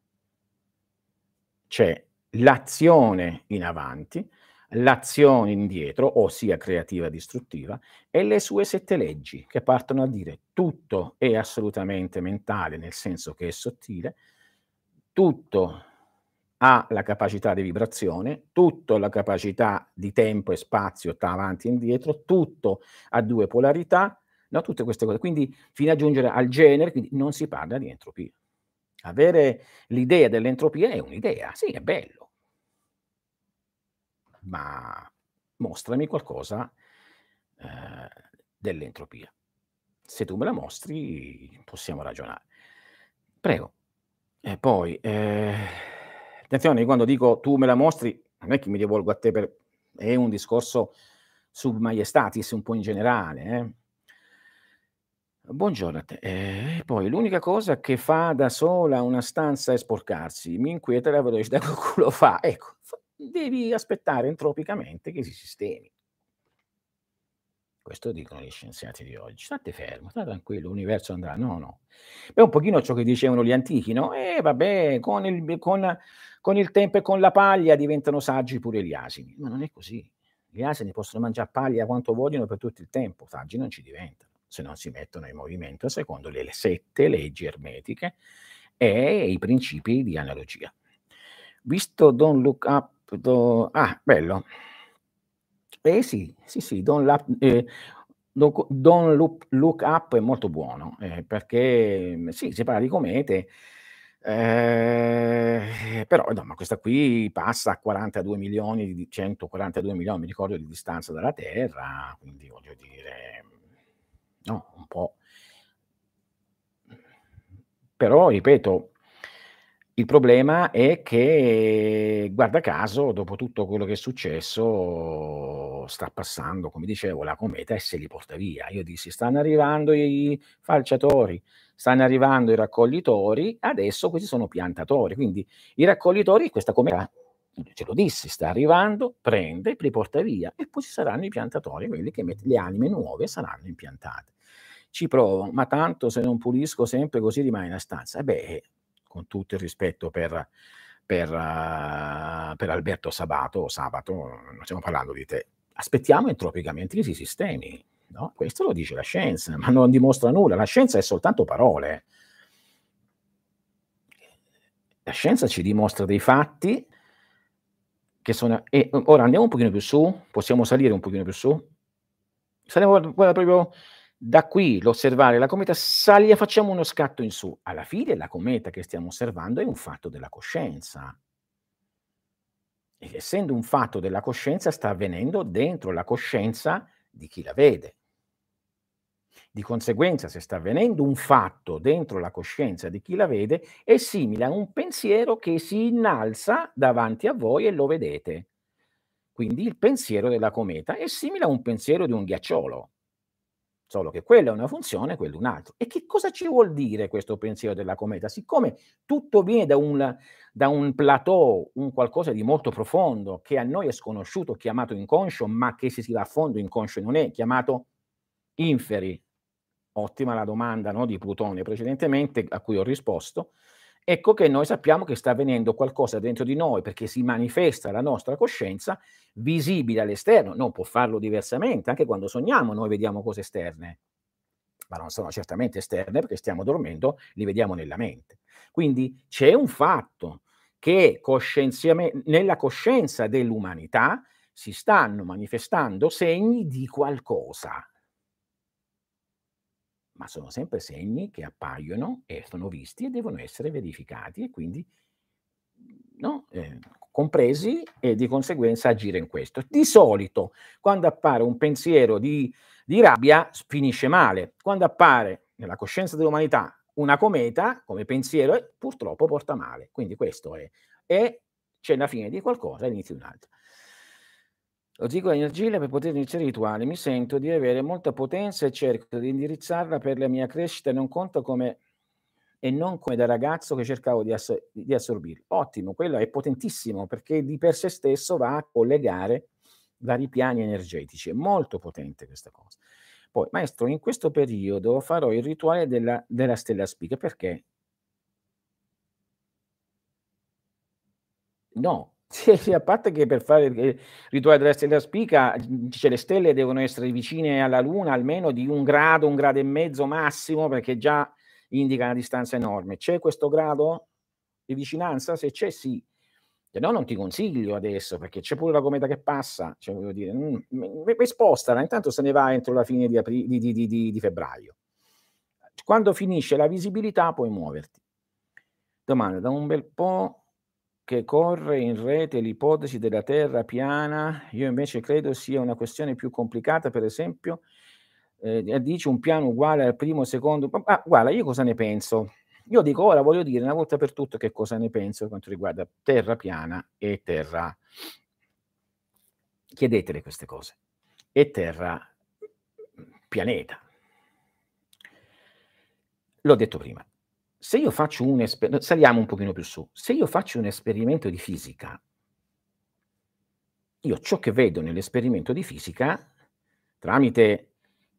c'è l'azione in avanti, l'azione indietro, ossia creativa e distruttiva, e le sue sette leggi che partono a dire: tutto è assolutamente mentale, nel senso che è sottile, tutto ha la capacità di vibrazione, tutto ha la capacità di tempo e spazio tra avanti e indietro, tutto ha due polarità, no, tutte queste cose. Quindi fino a giungere al genere, quindi non si parla di entropia. Avere l'idea dell'entropia è un'idea, sì, è bello. Ma mostrami qualcosa, ehm, dell'entropia. Se tu me la mostri possiamo ragionare. Prego. E poi, ehm, attenzione, io quando dico: "Tu me la mostri", non è che mi rivolgo a te per è un discorso sub maiestatis un po' in generale, eh. Buongiorno a te. Ehm, e poi l'unica cosa che fa da sola una stanza è sporcarsi. Mi inquieta la velocità con cui lo fa. Ecco, fa devi aspettare entropicamente che si sistemi. Questo dicono gli scienziati di oggi. State fermo, sta tranquillo, l'universo andrà no, no. È un pochino ciò che dicevano gli antichi, no: "Eh vabbè, con il b con con il tempo e con la paglia diventano saggi pure gli asini". Ma non è così. Gli asini possono mangiar paglia quanto vogliono per tutto il tempo, saggi non ci diventano, se non si mettono in movimento secondo le le sette leggi ermetiche e i principi di analogia. Visto Don't Look Up do ah, bello. Eh sì, sì, sì, Don't lap ehm, Look Don't Look Look Up è molto buono, ehm, perché, mhmm, sì, si parla di comete, ehm, però no, ma questa qui passa a quarantadue milioni di centoquarantadue milioni, mi ricordo, di distanza dalla Terra, quindi voglio dire, no, un po' però ripeto, il problema è che, guarda caso, dopo tutto quello che è successo, sta passando, come dicevo, la cometa e se li porta via. Io dissi: "Stanno arrivando i falciatori, stanno arrivando i raccoglitori, adesso questi sono piantatori". Quindi i raccoglitori questa cometa, ce lo dissi, sta arrivando, prende, li porta via e poi ci saranno i piantatori, quelli che met le anime nuove saranno impiantate. Ci provo: "Ma tanto se non pulisco sempre così rimane una stanza". Eh beh, con tutto il rispetto per per per Alberto Sabato Sabato, non stiamo parlando di te. Aspettiamo entropicamente che si sistemi, no, questo lo dice la scienza, ma non dimostra nulla. La scienza è soltanto parole. La scienza ci dimostra dei fatti che sono e o ora andiamo un pochino più su? Possiamo salire un pochino più su? Saliamo guarda guarda proprio da qui, l'osservare la cometa, sali facciamo uno scatto in su. Alla fine la cometa che stiamo osservando è un fatto della coscienza. E essendo un fatto della coscienza, sta avvenendo dentro la coscienza di chi la vede. Di conseguenza, se sta avvenendo un fatto dentro la coscienza di chi la vede, è simile a un pensiero che si innalza davanti a voi e lo vedete. Quindi il pensiero della cometa è simile a un pensiero di un ghiacciolo, solo che quella è una funzione, quello un altro. E che cosa ci vuol dire questo pensiero della cometa? Siccome tutto viene da un da un plateau, un qualcosa di molto profondo che a noi è sconosciuto, chiamato inconscio, ma che se si va a fondo inconscio non è, chiamato inferi. Ottima la domanda, no, di Plutonio precedentemente a cui ho risposto. Ecco che noi sappiamo che sta avvenendo qualcosa dentro di noi perché si manifesta la nostra coscienza visibile all'esterno, non può farlo diversamente, anche quando sogniamo noi vediamo cose esterne, ma non sono certamente esterne perché stiamo dormendo, li vediamo nella mente. Quindi c'è un fatto che coscienziame nella coscienza dell'umanità si stanno manifestando segni di qualcosa. Ma sono sempre segni che appaiono e sono visti e devono essere verificati e quindi, no, ehm, compresi e di conseguenza agire in questo. Di solito quando appare un pensiero di di rabbia s finisce male. Quando appare nella coscienza dell'umanità una cometa come pensiero, eh, purtroppo porta male. Quindi questo è. E c'è la fine di qualcosa e l'inizio di un altro. Lo dico energia per poter iniziare i rituali. Mi sento di avere molta potenza e cerco di indirizzarla per la mia crescita e non conto come e non come da ragazzo che cercavo di asso di assorbirli. Ottimo, quello è potentissimo perché di per sé stesso va a collegare vari piani energetici. È molto potente questa cosa. Poi: "Maestro, in questo periodo farò il rituale della della stella spiga". Perché? No, sì, sì, a parte che per fare il rituale della stella spica, mhmm, cioè le stelle devono essere vicine alla Luna almeno di un grado, un grado e mezzo massimo, perché già indica una distanza enorme. C'è questo grado di vicinanza? Se c'è sì, se no non ti consiglio adesso, perché c'è pure la cometa che passa, cioè voglio dire, mhmm, me me spostala, intanto se ne va entro la fine di apri di di di di di febbraio. Quando finisce la visibilità puoi muoverti. Domanda: da un bel po' che corre in rete l'ipotesi della Terra piana, io invece credo sia una questione più complicata, per esempio, ehm, dice un piano uguale al primo, secondo ma ma guarda io cosa ne penso? Io dico ora voglio dire una volta per tutte che cosa ne penso per quanto riguarda terra piana e terra chiedetele queste cose, e terra pianeta. L'ho detto prima. Se io faccio un espe saliamo un pochino più su. Se io faccio un esperimento di fisica io ciò che vedo nell'esperimento di fisica tramite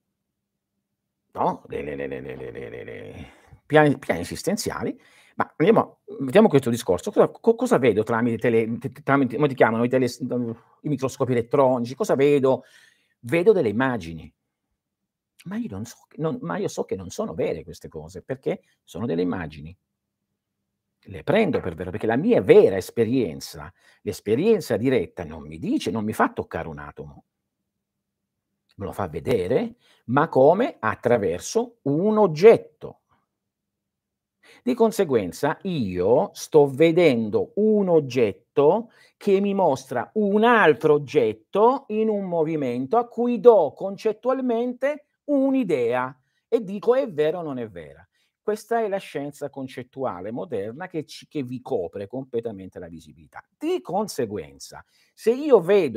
no, le le le le le le le le le piani piani esistenziali, ma andiamo mettiamo questo discorso, cosa co cosa vedo tramite tele t t tramite come ti chiamano i teles i microscopi elettronici, cosa vedo? Vedo delle immagini. Ma io non so che non ma io so che non sono vere queste cose, perché sono delle immagini. Le prendo per vero, perché la mia vera esperienza, l'esperienza diretta non mi dice non mi fa toccare un atomo. Me lo fa vedere, ma come? Attraverso un oggetto. Di conseguenza io sto vedendo un oggetto che mi mostra un altro oggetto in un movimento a cui do concettualmente un'idea e dico: "È vera o non è vera?" Questa è la scienza concettuale moderna che ci che vi copre completamente la visibilità. Di conseguenza, se io vedo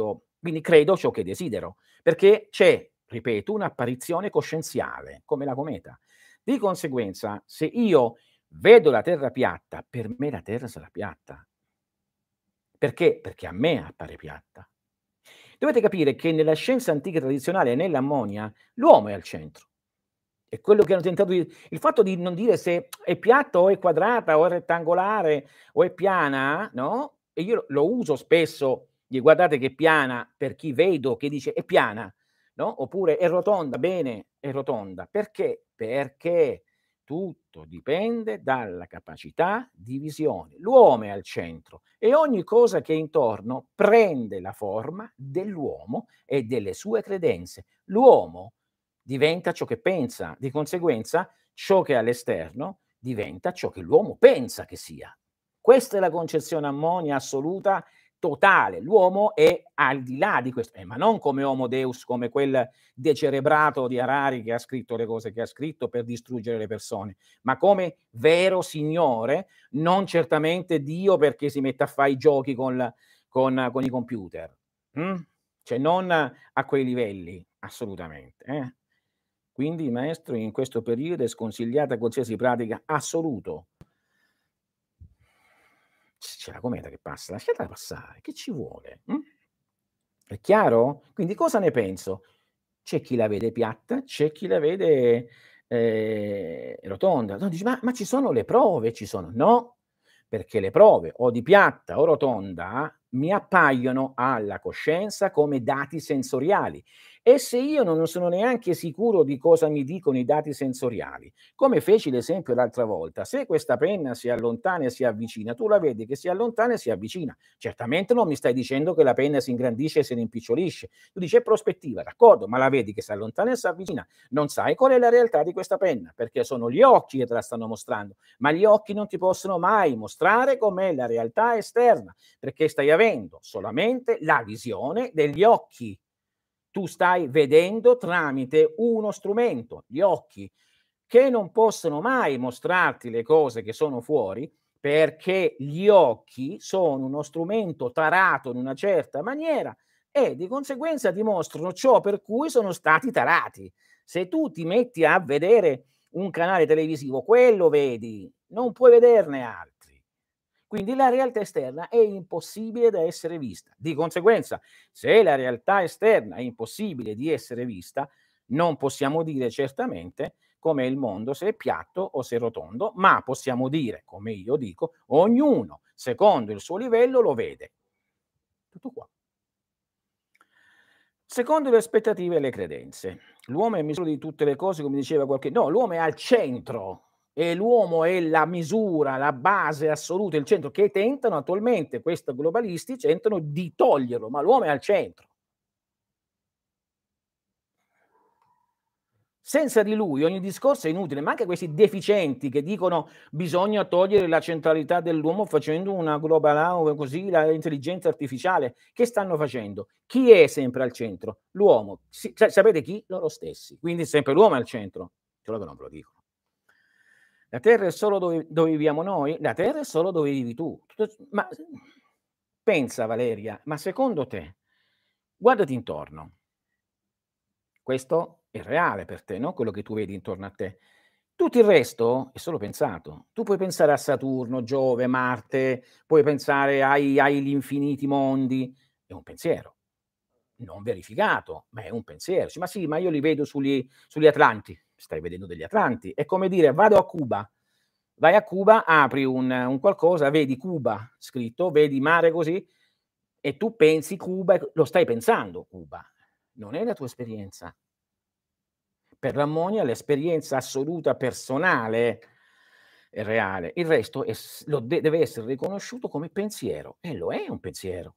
Quindi credo ciò che desidero, perché c'è, ripeto, un'apparizione coscienziale, come la cometa. Di conseguenza, se io vedo la Terra piatta, per me la Terra sarà piatta. Perché? Perché a me appare piatta. Dovete capire che nella scienza antica tradizionale e nell'ammonia l'uomo è al centro. È quello che hanno tentato di il fatto di non dire se è piatta o è quadrata o è rettangolare o è piana, no, e io lo uso spesso, di guardate che è piana, per chi vedo che dice: "È piana", no, oppure: "È rotonda", bene, è rotonda. Perché? Perché tutto dipende dalla capacità di visione. L'uomo è al centro e ogni cosa che è intorno prende la forma dell'uomo e delle sue credenze. L'uomo diventa ciò che pensa, di conseguenza ciò che è all'esterno diventa ciò che l'uomo pensa che sia. Questa è la concezione ammonia assoluta, totale. L'uomo è al di là di questo, eh, ma non come Homo Deus, come quel decerebrato di Harari che ha scritto le cose che ha scritto per distruggere le persone, ma come vero Signore, non certamente Dio perché si mette a fare i giochi con la con con i computer, mh? Cioè non a quei livelli, assolutamente, eh. Quindi maestro in questo periodo è sconsigliata qualsiasi pratica assoluto. C c'è la cometa che passa, lasciatela passare, che ci vuole, mh? È chiaro? Quindi cosa ne penso? C'è chi la vede piatta, c'è chi la vede, ehm, rotonda. No, dici: "Ma ma ci sono le prove", ci sono. No, perché le prove o di piatta o rotonda mi appaiono alla coscienza come dati sensoriali e se io non sono neanche sicuro di cosa mi dicono i dati sensoriali, come feci l'esempio l'altra volta, se questa penna si allontana e si avvicina, tu la vedi che si allontana e si avvicina. Certamente non mi stai dicendo che la penna si ingrandisce e si rimpicciolisce. Tu dici: "È prospettiva", d'accordo, ma la vedi che si allontana e si avvicina. Non sai qual è la realtà di questa penna, perché sono gli occhi che te la stanno mostrando, ma gli occhi non ti possono mai mostrare com'è la realtà esterna, perché stai avendo solamente la visione degli occhi. Tu stai vedendo tramite uno strumento, gli occhi, che non possono mai mostrarti le cose che sono fuori, perché gli occhi sono uno strumento tarato in una certa maniera e di conseguenza dimostrano ciò per cui sono stati tarati. Se tu ti metti a vedere un canale televisivo, quello vedi, non puoi vederne altri. Quindi la realtà esterna è impossibile da essere vista. Di conseguenza, se la realtà esterna è impossibile di essere vista, non possiamo dire certamente com'è il mondo, se è piatto o se è rotondo, ma possiamo dire, come io dico, ognuno secondo il suo livello lo vede. Tutto qua. Secondo le aspettative e le credenze. L'uomo è misura di tutte le cose, come diceva qualche no, l'uomo è al centro e l'uomo è la misura, la base assoluta, il centro, che tentano attualmente, questi globalisti tentano di toglierlo, ma l'uomo è al centro. Senza di lui ogni discorso è inutile, ma anche questi deficienti che dicono bisogna togliere la centralità dell'uomo facendo una global così, la intelligenza artificiale. Che stanno facendo? Chi è sempre al centro? L'uomo. Si sa sapete chi? Loro stessi. Quindi sempre l'uomo è al centro. Solo che non ve lo dicono. La terra è solo dove dove viviamo noi? La terra è solo dove vivi tu. Tutto ma pensa Valeria, ma secondo te guardati intorno. Questo è reale per te, no, quello che tu vedi intorno a te. Tutto il resto è solo pensato. Tu puoi pensare a Saturno, Giove, Marte, puoi pensare ai agli infiniti mondi, è un pensiero, non verificato, ma è un pensiero. Dici: "Ma sì, ma io li vedo sugli sugli Atlanti". Stai vedendo degli Atlanti. È come dire: "Vado a Cuba". Vai a Cuba, apri un un qualcosa, vedi Cuba scritto, vedi mare così e tu pensi Cuba e lo stai pensando Cuba, non è la tua esperienza. Per l'ammonia l'esperienza assoluta personale è reale, il resto è s lo de deve essere riconosciuto come pensiero e lo è un pensiero.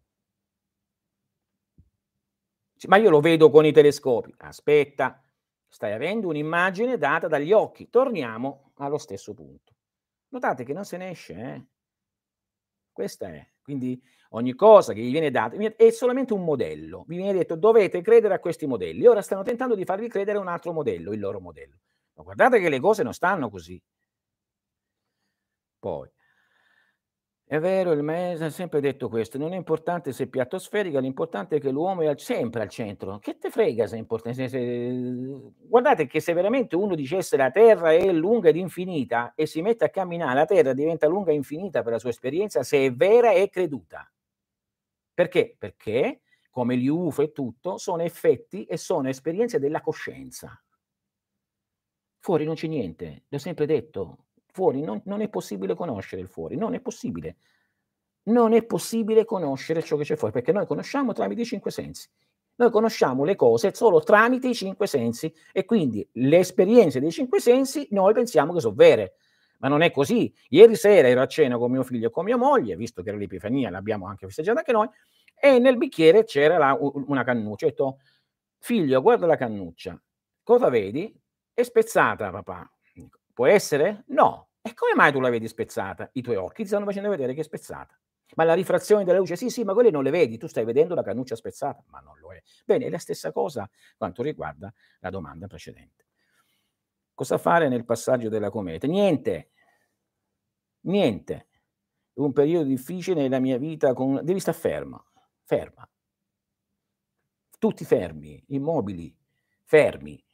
Sì, ma io lo vedo con i telescopi. Aspetta, stai avendo un'immagine data dagli occhi. Torniamo allo stesso punto. Notate che non se ne esce, eh. Questa è. Quindi ogni cosa che gli viene data vi è solamente un modello. Vi viene detto: "Dovete credere a questi modelli". Ora stanno tentando di farvi credere a un altro modello, il loro modello. Ma guardate che le cose non stanno così. Poi È vero, il maese ha sempre detto questo: "Non è importante se è piatto o sferica, l'importante è che l'uomo è al sempre al centro". Che te frega se è importa se se guardate che se veramente uno dicesse: "La terra è lunga ed infinita" e si mette a camminare, la terra diventa lunga e infinita per la sua esperienza se è vera e creduta. Perché? Perché, come gli U F O e tutto, sono effetti e sono esperienze della coscienza. Fuori non c'è niente, l'ho sempre detto. Fuori non non è possibile conoscere il fuori, non è possibile. Non è possibile conoscere ciò che c'è fuori, perché noi conosciamo tramite i cinque sensi. Noi conosciamo le cose solo tramite i cinque sensi e quindi le esperienze dei cinque sensi noi pensiamo che so vere, ma non è così. Ieri sera ero a cena con mio figlio e con mia moglie, visto che era l'Epifania, l'abbiamo anche festeggiata anche noi, e nel bicchiere c'era la u una cannuccia. Ho detto: "Figlio, guarda la cannuccia. Cosa vedi?" "È spezzata papà." Dico: "Può essere?" "No." "E come mai tu la vedi spezzata?" "I tuoi occhi ti stanno facendo vedere che è spezzata." "Ma la rifrazione della luce" "Sì, sì, ma quelle non le vedi, tu stai vedendo la cannuccia spezzata." "Ma non lo è." Bene, è la stessa cosa quanto riguarda la domanda precedente. Cosa fare nel passaggio della comete? Niente, niente. Un periodo difficile nella mia vita con devi sta ferma, ferma. Tutti fermi, immobili, fermi.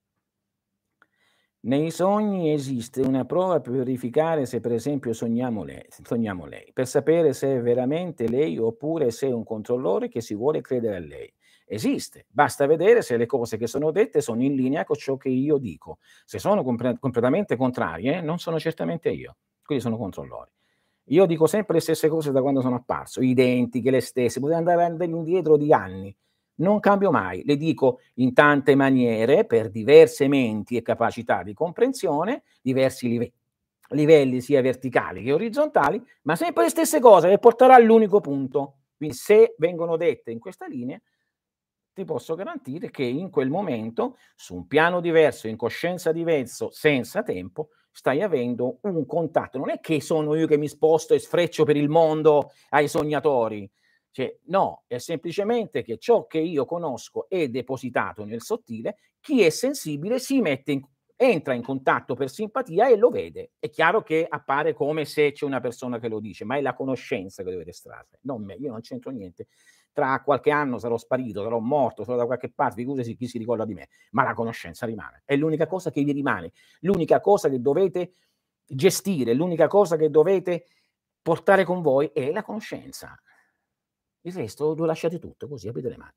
Nei sogni esiste una prova per verificare se per esempio sogniamo lei sogniamo lei, per sapere se è veramente lei oppure se è un controllore che si vuole credere a lei. Esiste, basta vedere se le cose che sono dette sono in linea con ciò che io dico. Se sono compre completamente contrarie, non sono certamente io, quelli sono controllori. Io dico sempre le stesse cose da quando sono apparso, identiche, le stesse, potete andare andare indietro di anni. Non cambio mai, le dico in tante maniere, per diverse menti e capacità di comprensione, diversi live livelli sia verticali che orizzontali, ma sempre le stesse cose che porterà all'unico punto. Quindi se vengono dette in questa linea, ti posso garantire che in quel momento, su un piano diverso, in coscienza diverso, senza tempo, stai avendo un contatto. Non è che sono io che mi sposto e sfreccio per il mondo ai sognatori. Cioè, no, è semplicemente che ciò che io conosco è depositato nel sottile, chi è sensibile si mette in entra in contatto per simpatia e lo vede. È chiaro che appare come se c'è una persona che lo dice, ma è la conoscenza che dovete estrarre, non me. Io non c'entro niente. Tra qualche anno sarò sparito, sarò morto, sarò da qualche parte, figurati chi si ricorda di me, ma la conoscenza rimane. È l'unica cosa che vi rimane, l'unica cosa che dovete gestire, l'unica cosa che dovete portare con voi è la conoscenza. Il resto lo lasciate tutto così, aprite le mani.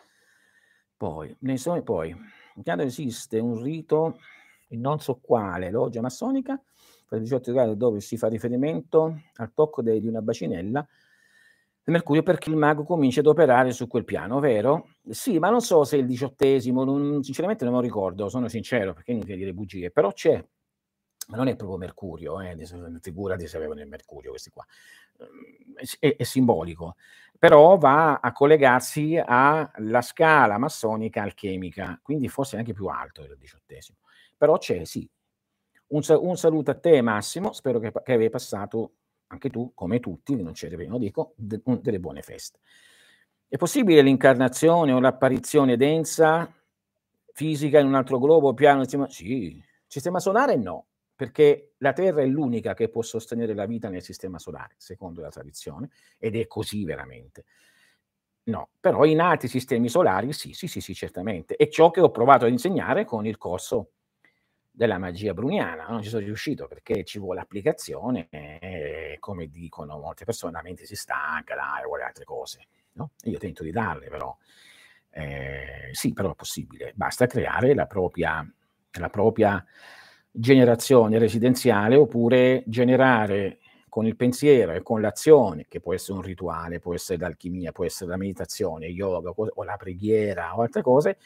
Poi, nei sogni poi, in Canada esiste un rito, il non so quale, loggia massonica, per il diciotto gradi dove si fa riferimento al tocco de di una bacinella di Mercurio perché il mago comincia ad operare su quel piano, vero? Sì, ma non so se è il diciottesimo, non sinceramente non lo ricordo, sono sincero, perché è inutile dire bugie, però c'è. Ma non è proprio Mercurio, eh, adesso figurati se avevano il Mercurio questi qua. Uhm, è s è è simbolico, però va a collegarsi alla scala massonica alchemica, quindi forse anche più alto del diciottesimo. Però c'è, sì. Un sa un saluto a te Massimo, spero che pa che avevi passato anche tu, come tutti, non c'eri prima lo dico, de un delle buone feste. È possibile l'incarnazione o l'apparizione densa, fisica in un altro globo, piano insieme a sì. Sistema solare no, perché la Terra è l'unica che può sostenere la vita nel sistema solare, secondo la tradizione, ed è così veramente. No, però in altri sistemi solari sì, sì, sì, sì, certamente. È ciò che ho provato ad insegnare con il corso della magia browniana, non ci sono riuscito perché ci vuole applicazione e come dicono molte persone la mente si stanca, dai, vuole altre cose, no, io tento di darle però. Ehm, sì, però è possibile, basta creare la propria la propria generazione residenziale, oppure generare con il pensiero e con l'azione, che può essere un rituale, può essere l'alchimia, può essere la meditazione, yoga o o la preghiera o altre cose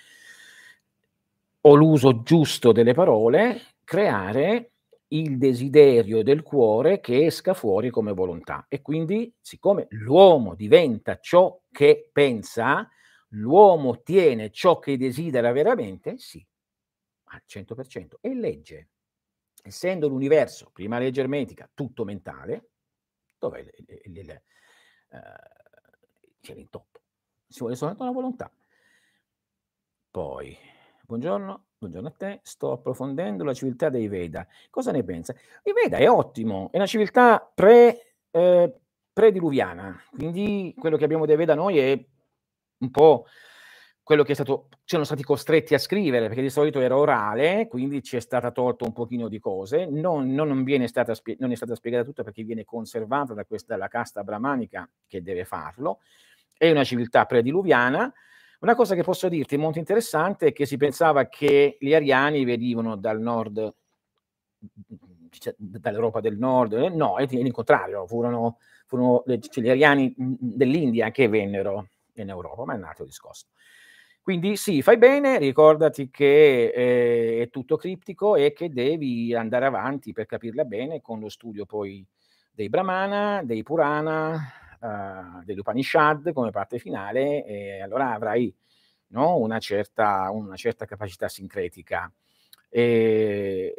o l'uso giusto delle parole, creare il desiderio del cuore che esca fuori come volontà. E quindi, siccome l'uomo diventa ciò che pensa, l'uomo ottiene ciò che desidera veramente, sì, al cento per cento. E legge. Essendo l'universo, prima legge ermetica, tutto mentale, dov'è il il il ehm, c'è l'intoppo. Ci vuole soltanto una volontà. Poi, buongiorno, buongiorno a te, sto approfondendo la civiltà dei Veda. Cosa ne pensa? I Veda è ottimo, è una civiltà pre ehm prediluviana, quindi quello che abbiamo da vedere da noi è un po' quello che è stato siamo stati costretti a scrivere, perché di solito era orale, quindi ci è stata tolto un pochino di cose, non non viene stata spie non è stata spiegata tutta perché viene conservata da questa dalla casta brahmanica che deve farlo. È una civiltà prediluviana. Una cosa che posso dirti molto interessante è che si pensava che gli ariani venivano dal nord cioè dall'Europa del Nord, eh, no, è il contrario, furono furono le cioè gli ariani, mhmm, dell'India che vennero in Europa, ma è un altro discorso. Quindi sì, fai bene, ricordati che, ehm, è tutto criptico e che devi andare avanti per capirla bene con lo studio poi dei Brahmana, dei Purana, uhm, degli Upanishad come parte finale e allora avrai, no, una certa una certa capacità sincretica. Ehm,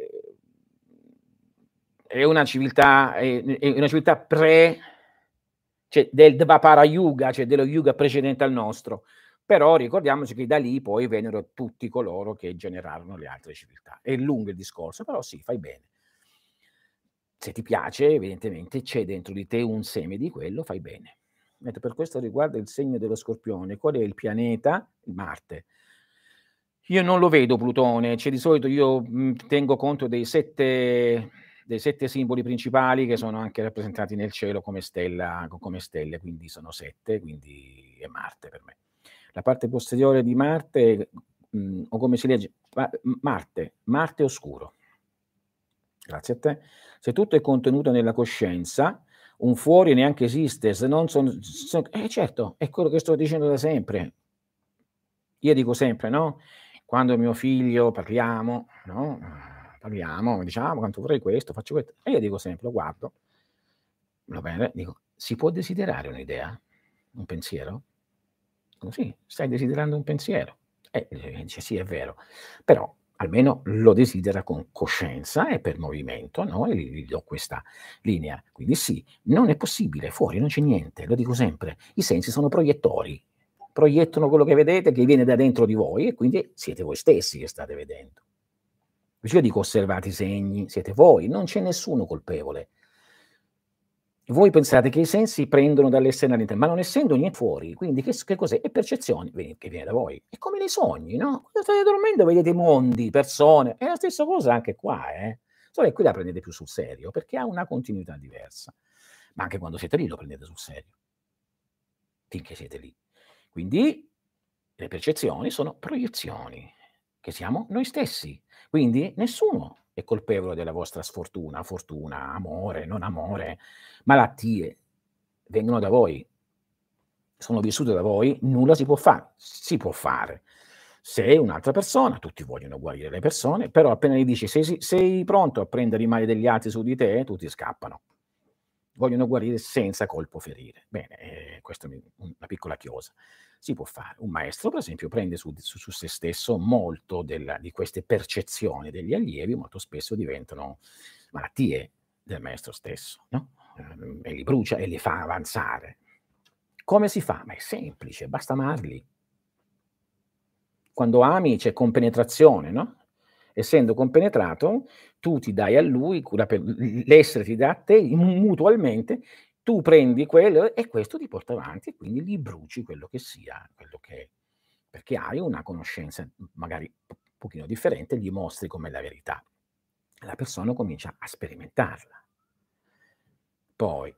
è una civiltà è è una civiltà pre cioè del Dvapara Yuga, cioè dello Yuga precedente al nostro. Però ricordiamoci che da lì poi vennero tutti coloro che generarono le altre civiltà. È lungo il discorso, però sì, fai bene. Se ti piace, evidentemente c'è dentro di te un seme di quello, fai bene. Mentre per questo riguarda il segno dello Scorpione, qual è il pianeta? Marte. Io non lo vedo Plutone, cioè di solito io, mhmm, tengo conto dei sette dei sette simboli principali che sono anche rappresentati nel cielo come stella co come stelle, quindi sono sette, quindi è Marte per me. La parte posteriore di Marte, mhmm, o come si legge Ma M Marte, Marte oscuro. Grazie a te. Se tutto è contenuto nella coscienza, un fuori neanche esiste, se non son s s eh certo, è quello che sto dicendo da sempre. Io dico sempre, no, quando mio figlio parliamo, no, parliamo, mi dice: "Ah, ma quanto vorrei questo, faccio questo", e io dico sempre, lo guardo, va bene, dico: "Si può desiderare un'idea? Un pensiero?" Dico: "Sì, stai desiderando un pensiero." Eh, ehm, dice: "Sì, è vero." Però almeno lo desidera con coscienza e per movimento, no, e gli gli do questa linea. Quindi sì, non è possibile, fuori non c'è niente, lo dico sempre. I sensi sono proiettori, proiettano quello che vedete che viene da dentro di voi e quindi siete voi stessi che state vedendo. Io dico osservate i segni, siete voi, non c'è nessuno colpevole. Voi pensate che i sensi prendono dall'esterno all'interno, ma non essendo niente fuori, quindi che s che cos'è? È percezione, ve che viene da voi. È come nei sogni, no, quando state dormendo vedete mondi, persone, è la stessa cosa anche qua, eh. Solo che qui la prendete più sul serio, perché ha una continuità diversa. Ma anche quando siete lì lo prendete sul serio, finché siete lì. Quindi le percezioni sono proiezioni, che siamo noi stessi. Quindi nessuno è colpevole della vostra sfortuna, fortuna, amore, non amore, malattie, vengono da voi, sono vissute da voi, nulla si può fare. Si può fare. Sei un'altra persona, tutti vogliono guarire le persone, però appena gli dici: "Sei si sei pronto a prendere i mali degli altri su di te?" Tutti scappano. Vogliono guarire senza colpo ferire. Bene, ehm, questo mi una piccola chiosa. Si può fare. Un maestro, per esempio, prende su d su su se stesso molto del di queste percezioni degli allievi, molto spesso diventano malattie del maestro stesso, no, ehm, e li brucia e li fa avanzare. Come si fa? Ma è semplice, basta amarli. Quando ami c'è compenetrazione, no, essendo compenetrato tu ti dai a lui, cura per l l l'essere ti dà a te, mu mutualmente, tu prendi quello e questo ti porta avanti e quindi gli bruci quello che sia, quello che è. Perché hai una conoscenza, m magari un pochino differente, gli mostri com'è la verità. La persona comincia a sperimentarla. Poi,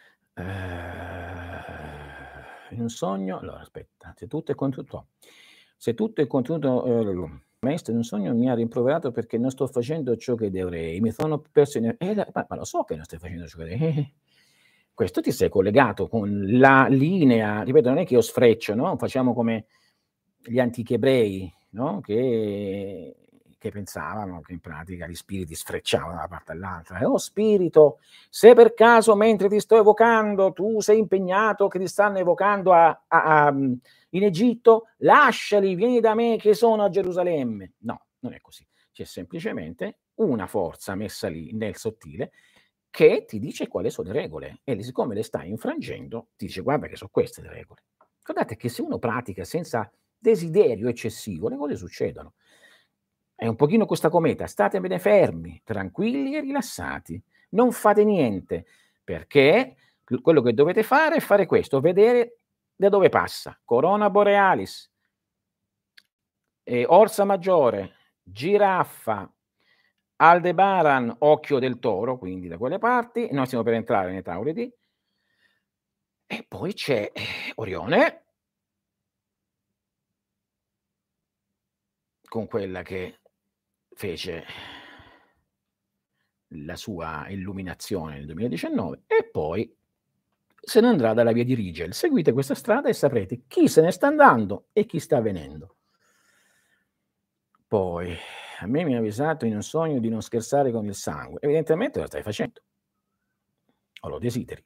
ehm, in un sogno allora aspetta, se tutto è contenuto se tutto è contenuto ehm, maestro in un sogno mi ha rimproverato perché non sto facendo ciò che dovrei, mi sono perso in eh, la ma ma lo so che non stai facendo ciò che de eh, eh. Questo ti sei collegato con la linea ripeto, non è che io sfreccio, no, facciamo come gli antichi ebrei, no, che che pensavano che in pratica gli spiriti sfrecciavano da una parte all'altra. "Oh spirito, se per caso mentre ti sto evocando tu sei impegnato che ti stanno evocando a a a mhmm, in Egitto, lasciali, vieni da me che sono a Gerusalemme." No, non è così. C'è semplicemente una forza messa lì nel sottile che ti dice quali sono le regole e le siccome le stai infrangendo, ti dice: "Guarda che so' queste le regole." Guardate che se uno pratica senza desiderio eccessivo, le cose succedono. È un pochino questa cometa, statevene fermi, tranquilli e rilassati. Non fate niente, perché quello che dovete fare è fare questo, vedere da dove passa. Corona Borealis, e Orsa Maggiore, Giraffa, Aldebaran, Occhio del Toro, quindi da quelle parti, noi stiamo per entrare nei Tauridi. E poi c'è Orione con quella che fece la sua illuminazione nel duemiladiciannove, e poi se ne andrà dalla via di Rigel. Seguite questa strada e saprete chi se ne sta andando e chi sta venendo. Poi, a me mi ha avvisato in un sogno di non scherzare con il sangue. Evidentemente lo stai facendo. O lo desideri.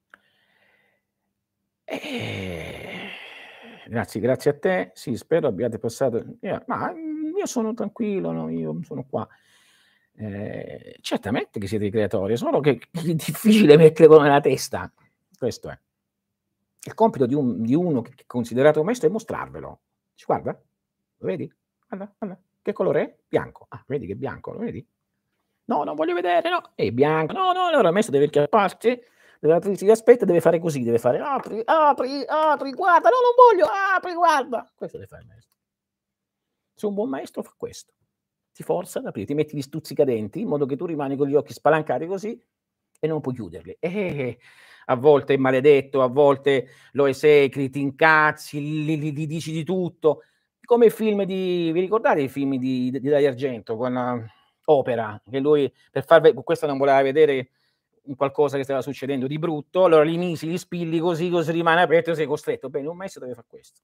E... Grazie, grazie a te. Sì, spero abbiate passato... Io, ma io sono tranquillo, no? Io sono qua. Eh, certamente che siete i creatori, solo che è difficile metterlo nella testa. Questo è. Il compito di, un, di uno che è considerato maestro è mostrarvelo. Ci guarda, lo vedi? Guarda, guarda. Che colore è? Bianco. Ah, vedi che è bianco, lo vedi? No, non voglio vedere, no. È bianco. No, no, allora il maestro deve chiapparsi, deve, si aspetta, deve fare così, deve fare apri, apri, apri, guarda, no, non voglio, apri, guarda. Questo deve fare il maestro. Se un buon maestro fa questo, ti forza ad aprire, ti metti gli stuzzicadenti in modo che tu rimani con gli occhi spalancati così e non puoi chiuderli. Eh, a volte è maledetto, a volte lo esecri, ti incazzi, gli, gli, gli dici di tutto. Come i film di, vi ricordate i film di, di Dario Argento con uh, Opera, che lui per farvi, questo non voleva vedere un qualcosa che stava succedendo di brutto, allora li misi, gli spilli così, così rimane aperto e sei costretto. Bene, un maestro deve fare questo.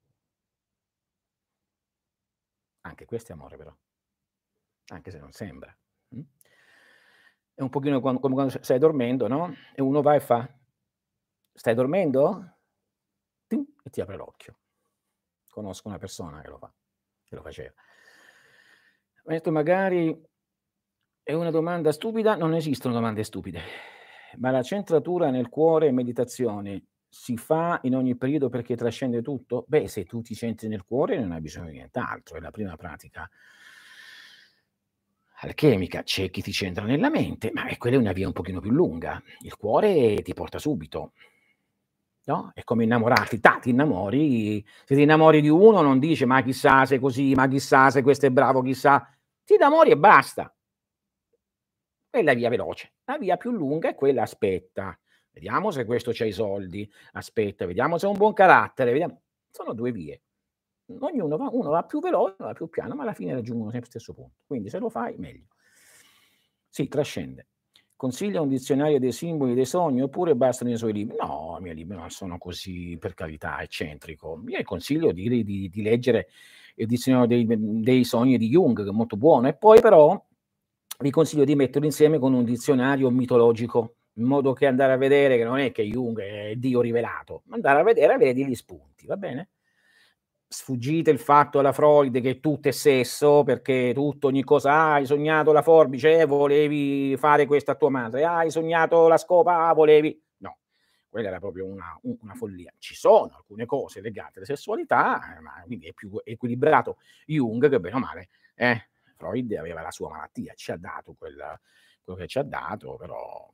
Anche questo è amore però, anche se non sembra. Mm? È un pochino come quando stai dormendo, no? E uno va e fa, stai dormendo? E ti apre l'occhio. Conosco una persona che lo fa, che lo faceva. Ho detto magari è una domanda stupida, non esistono domande stupide, ma la centratura nel cuore e meditazione si fa in ogni periodo perché trascende tutto? Beh, se tu ti centri nel cuore non hai bisogno di nient'altro, è la prima pratica alchemica. C'è chi ti centra nella mente, ma quella è una via un pochino più lunga. Il cuore ti porta subito. No? È come innamorarti, ta, ti innamori, se ti innamori di uno non dice ma chissà se così, ma chissà se questo è bravo, chissà, ti innamori e basta. È la via veloce. La via più lunga è quella, aspetta, vediamo se questo c'ha i soldi, aspetta, vediamo se ha un buon carattere, vediamo. Sono due vie. Ognuno va, uno va più veloce, uno va più piano, ma alla fine raggiungono sempre lo stesso punto. Quindi se lo fai, meglio. Sì, trascende. Consiglia un dizionario dei simboli dei sogni oppure bastano i suoi libri? No, i miei libri non sono così, per carità, eccentrico. Io consiglio di, di, di leggere il dizionario dei, dei sogni di Jung, che è molto buono, e poi però vi consiglio di metterlo insieme con un dizionario mitologico, in modo che andare a vedere che non è che Jung è Dio rivelato, ma andare a vedere, a vedere gli spunti, va bene? Sfuggite il fatto alla Freud che tutto è sesso, perché tutto, ogni cosa, ah, hai sognato la forbice, eh, volevi fare questo a tua madre, ah, hai sognato la scopa, ah, volevi... No, quella era proprio una, una follia. Ci sono alcune cose legate alla sessualità, ma quindi è più equilibrato Jung che bene o male, eh, Freud aveva la sua malattia, ci ha dato quella, quello che ci ha dato, però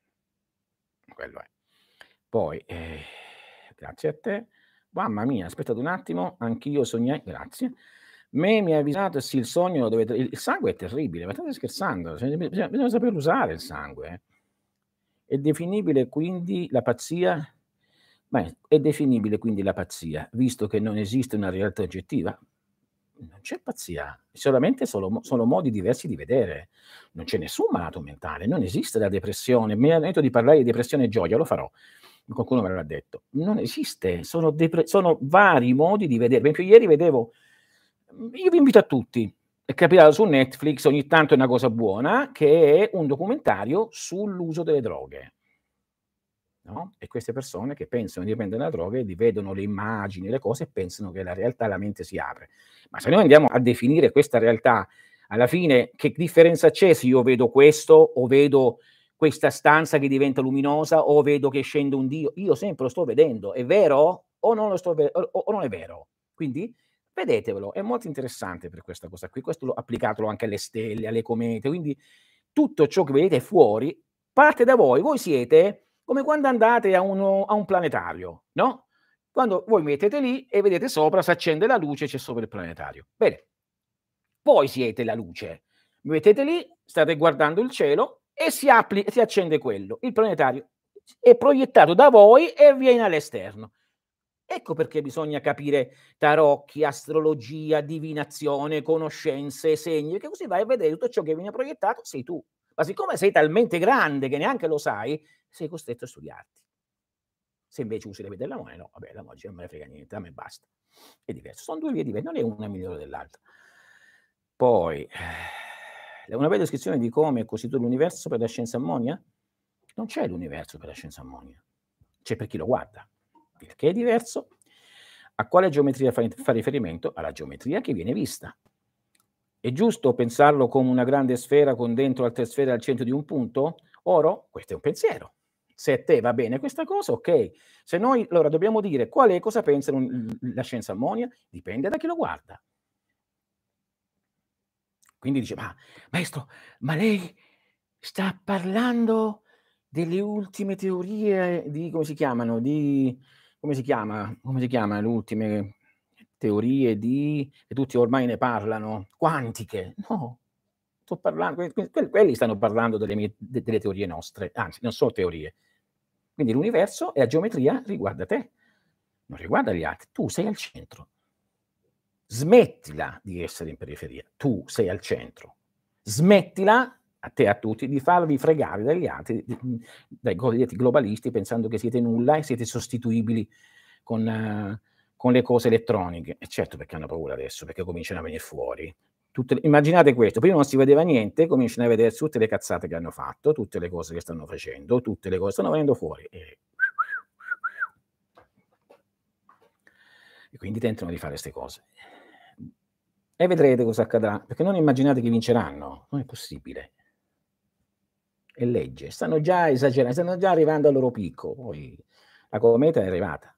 quello è. Poi, eh, grazie a te. Mamma mia, aspettate un attimo, anch'io sognai, grazie. Me mi ha avvisato, sì, il sogno lo dovete, il sangue è terribile, ma state scherzando, bisogna, bisogna saperlo usare il sangue. Eh. È definibile quindi la pazzia? Beh, è definibile quindi la pazzia, visto che non esiste una realtà oggettiva? Non c'è pazzia, solamente solo, sono modi diversi di vedere. Non c'è nessun malato mentale, non esiste la depressione. Mi ha detto di parlare di depressione e gioia, lo farò. Qualcuno me l'ha detto. Non esiste, sono, depre- sono vari modi di vedere. Per esempio, ieri vedevo, io vi invito a tutti, è capitato su Netflix, ogni tanto è una cosa buona, che è un documentario sull'uso delle droghe. No? E queste persone che pensano di prendere la droga e vedono le immagini, le cose e pensano che la realtà, la mente si apre. Ma se noi andiamo a definire questa realtà, alla fine che differenza c'è se io vedo questo o vedo questa stanza che diventa luminosa o vedo che scende un Dio? Io sempre lo sto vedendo, è vero? O non lo sto vedendo, o, o non è vero? Quindi vedetevelo, è molto interessante per questa cosa qui. Questo l'ho applicatelo anche alle stelle, alle comete, quindi tutto ciò che vedete fuori parte da voi. Voi siete Come quando andate a uno a un planetario, no, quando voi mettete lì e vedete sopra, s'accende la luce, c'è sopra il planetario. Bene, voi siete la luce, mettete lì, state guardando il cielo e si appli si accende quello. Il planetario è proiettato da voi e viene all'esterno. Ecco perché bisogna capire tarocchi, astrologia, divinazione, conoscenze, segni, perché così vai a vedere tutto ciò che viene proiettato sei tu. Ma siccome sei talmente grande che neanche lo sai, sei costretto a studiarti. Se invece usi le vie dell'amore, no, vabbè, l'amore non me ne frega niente, a me basta. È diverso, son due vie diver non è una migliore dell'altra. Poi, una bella descrizione di come è costituito l'universo per la scienza ammonia? Non c'è l'universo per la scienza ammonia, c'è per chi lo guarda. Perché è diverso? A quale geometria fa fa riferimento? Alla geometria che viene vista. È giusto pensarlo come una grande sfera con dentro altre sfere al centro di un punto? Oro? Questo è un pensiero. Se a te va bene questa cosa, okay. Se noi allora dobbiamo dire qual è cosa pensa l la scienza ammonia? Dipende da chi lo guarda. Quindi dice: "Ma maestro, ma lei sta parlando delle ultime teorie di" come si chiamano, di come si chiama come si chiama le ultime teorie di che tutti ormai ne parlano, quantiche. No, sto parlan que que que quelli stanno parlando delle mie de delle teorie nostre, anzi non sono teorie. Quindi l'universo e la geometria riguarda te, non riguarda gli altri. Tu sei al centro. Smettila di essere in periferia, tu sei al centro. Smettila, a te e a tutti, di farvi fregare dagli altri, d mhmm, dai cosiddetti globalisti pensando che siete nulla e siete sostituibili con con le cose elettroniche. E certo perché hanno paura adesso, perché cominciano a venir fuori. Tutte immaginate questo, prima non si vedeva niente, cominciano a vedersi tutte le cazzate che hanno fatto, tutte le cose che stanno facendo, tutte le cose stanno venendo fuori e e quindi tentano di fare 'ste cose. E vedrete cosa accadrà, perché non immaginate che vinceranno, non è possibile. È legge, stanno già esagera stanno già arrivando al loro picco, poi la cometa è arrivata.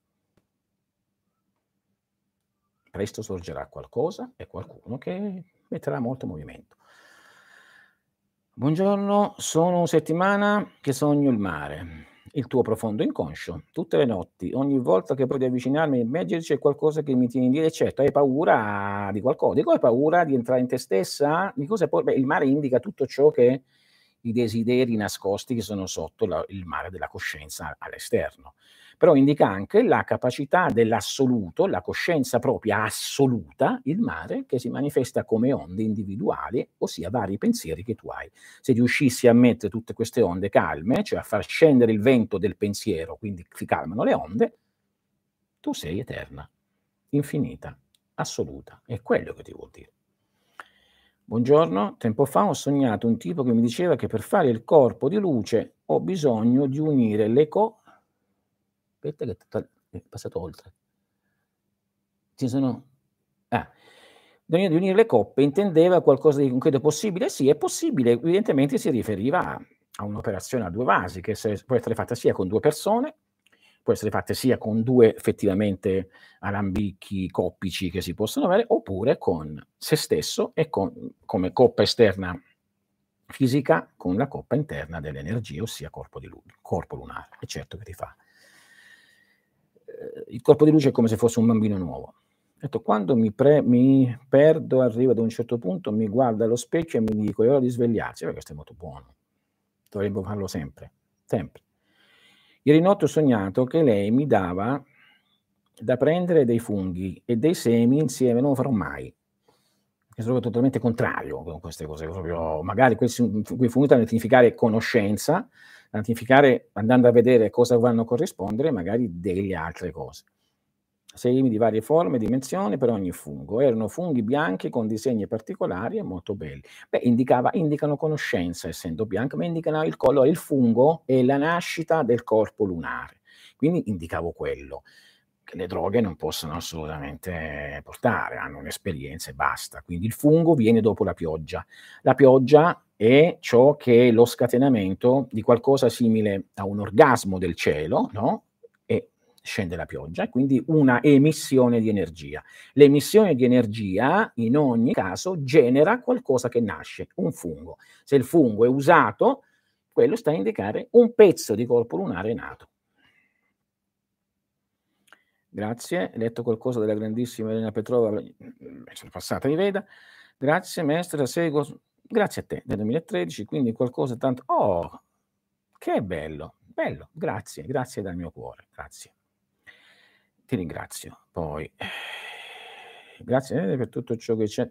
Presto sorgerà qualcosa e qualcuno che metterà molto movimento. Buongiorno, sono settimana che sogno il mare, il tuo profondo inconscio, tutte le notti, ogni volta che provo di avvicinarmi e immergerci c'è qualcosa che mi tiene indietro, certo, hai paura di qualcosa. Di cosa hai paura? Di entrare in te stessa? Di cosa poi beh, il mare indica tutto ciò che i desideri nascosti che sono sotto la il mare della coscienza all'esterno. Però indica anche la capacità dell'assoluto, la coscienza propria assoluta, il mare, che si manifesta come onde individuali, ossia vari pensieri che tu hai. Se riuscissi a mettere tutte queste onde calme, cioè a far scendere il vento del pensiero, quindi si calmano le onde, tu sei eterna, infinita, assoluta. È quello che ti vuol dire. Buongiorno, tempo fa ho sognato un tipo che mi diceva che per fare il corpo di luce ho bisogno di unire le co aspetta che t è passato oltre. Ci sono ah, bisogno di unire le coppe, intendeva qualcosa di concreto possibile? Sì, è possibile, evidentemente si riferiva a a un'operazione a due vasi che se può essere fatta sia con due persone, può essere fatta sia con due effettivamente alambicchi coppici che si possono avere, oppure con se stesso e con come coppa esterna fisica con la coppa interna dell'energia, ossia corpo di lu corpo lunare. E certo che ti fa ehm, il corpo di luce è come se fosse un bambino nuovo. Ho detto: "Quando mi pre mi perdo, arrivo ad un certo punto, mi guardo allo specchio e mi dico: "È ora di svegliarsi". Eh, questo è molto buono. Dovremmo farlo sempre, sempre. Ieri notte ho sognato che lei mi dava da prendere dei funghi e dei semi insieme, non lo farò mai. Che sono totalmente contrario con queste cose, proprio magari questi quei funghi da significare conoscenza, da significare andando a vedere cosa vanno a corrispondere, magari delle altre cose. Semi di varie forme e dimensioni per ogni fungo. Erano funghi bianchi con disegni particolari e molto belli. Beh, indicava indicano conoscenza essendo bianco, ma indicano il collo il fungo è la nascita del corpo lunare. Quindi indicavo quello, che le droghe non possono assolutamente portare, hanno un'esperienza e basta. Quindi il fungo viene dopo la pioggia. La pioggia è ciò che è lo scatenamento di qualcosa simile a un orgasmo del cielo, no, e scende la pioggia e quindi una emissione di energia. L'emissione di energia in ogni caso genera qualcosa che nasce, un fungo. Se il fungo è usato, quello sta a indicare un pezzo di corpo lunare nato. Grazie, hai letto qualcosa della grandissima Elena Petrova, mhmm, sono passata in Veda. Grazie maestra, seguo s grazie a te, nel duemilatredici, quindi qualcosa tanto oh, che bello, bello, grazie, grazie dal mio cuore, grazie. Ti ringrazio. Poi grazie per tutto ciò che c'è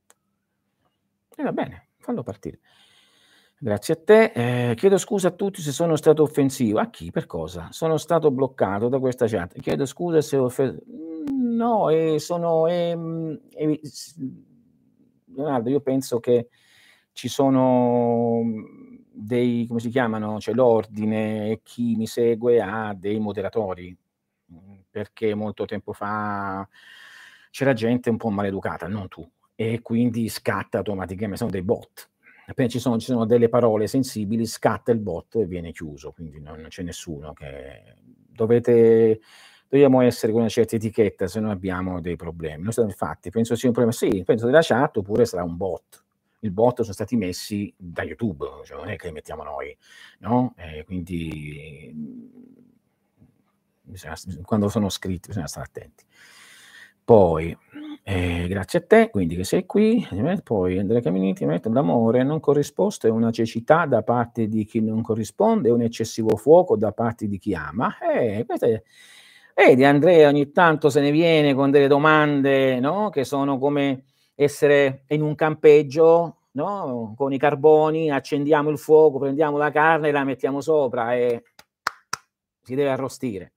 e va bene, fallo partire. Grazie a te, ehm, chiedo scusa a tutti se sono stato offensivo. A chi? Per cosa? Sono stato bloccato da questa chat. Chiedo scusa se ho offe mhmm, no, ehm, sono ehm, evi s Leonardo, io penso che ci sono, mhmm, dei come si chiamano, c'è l'ordine e chi mi segue ha dei moderatori, mhmm, perché molto tempo fa c'era gente un po' maleducata, non tu, e quindi scatta automaticame sono dei bot. Appena ci sono ci sono delle parole sensibili, scatta il bot e viene chiuso, quindi non c'è nessuno che dovete dobbiamo essere con una certa etichetta, se no abbiamo dei problemi. Noi siamo infatti penso sia un problema sì, penso della chat oppure sarà un bot. Il bot son stati messi da YouTube, cioè non è che li mettiamo noi, no, e quindi, mhmm, bisogna s quando sono scritti bisogna stare attenti. Poi, ehm, grazie a te, quindi che sei qui, poi Andrea Caminiti mi ha detto: "L'amore non corrisposto è una cecità da parte di chi non corrisponde, è un eccessivo fuoco da parte di chi ama". Eh, questa è vedi Andrea ogni tanto se ne viene con delle domande, no, che sono come essere in un campeggio, no, con i carboni, accendiamo il fuoco, prendiamo la carne e la mettiamo sopra e si deve arrostire.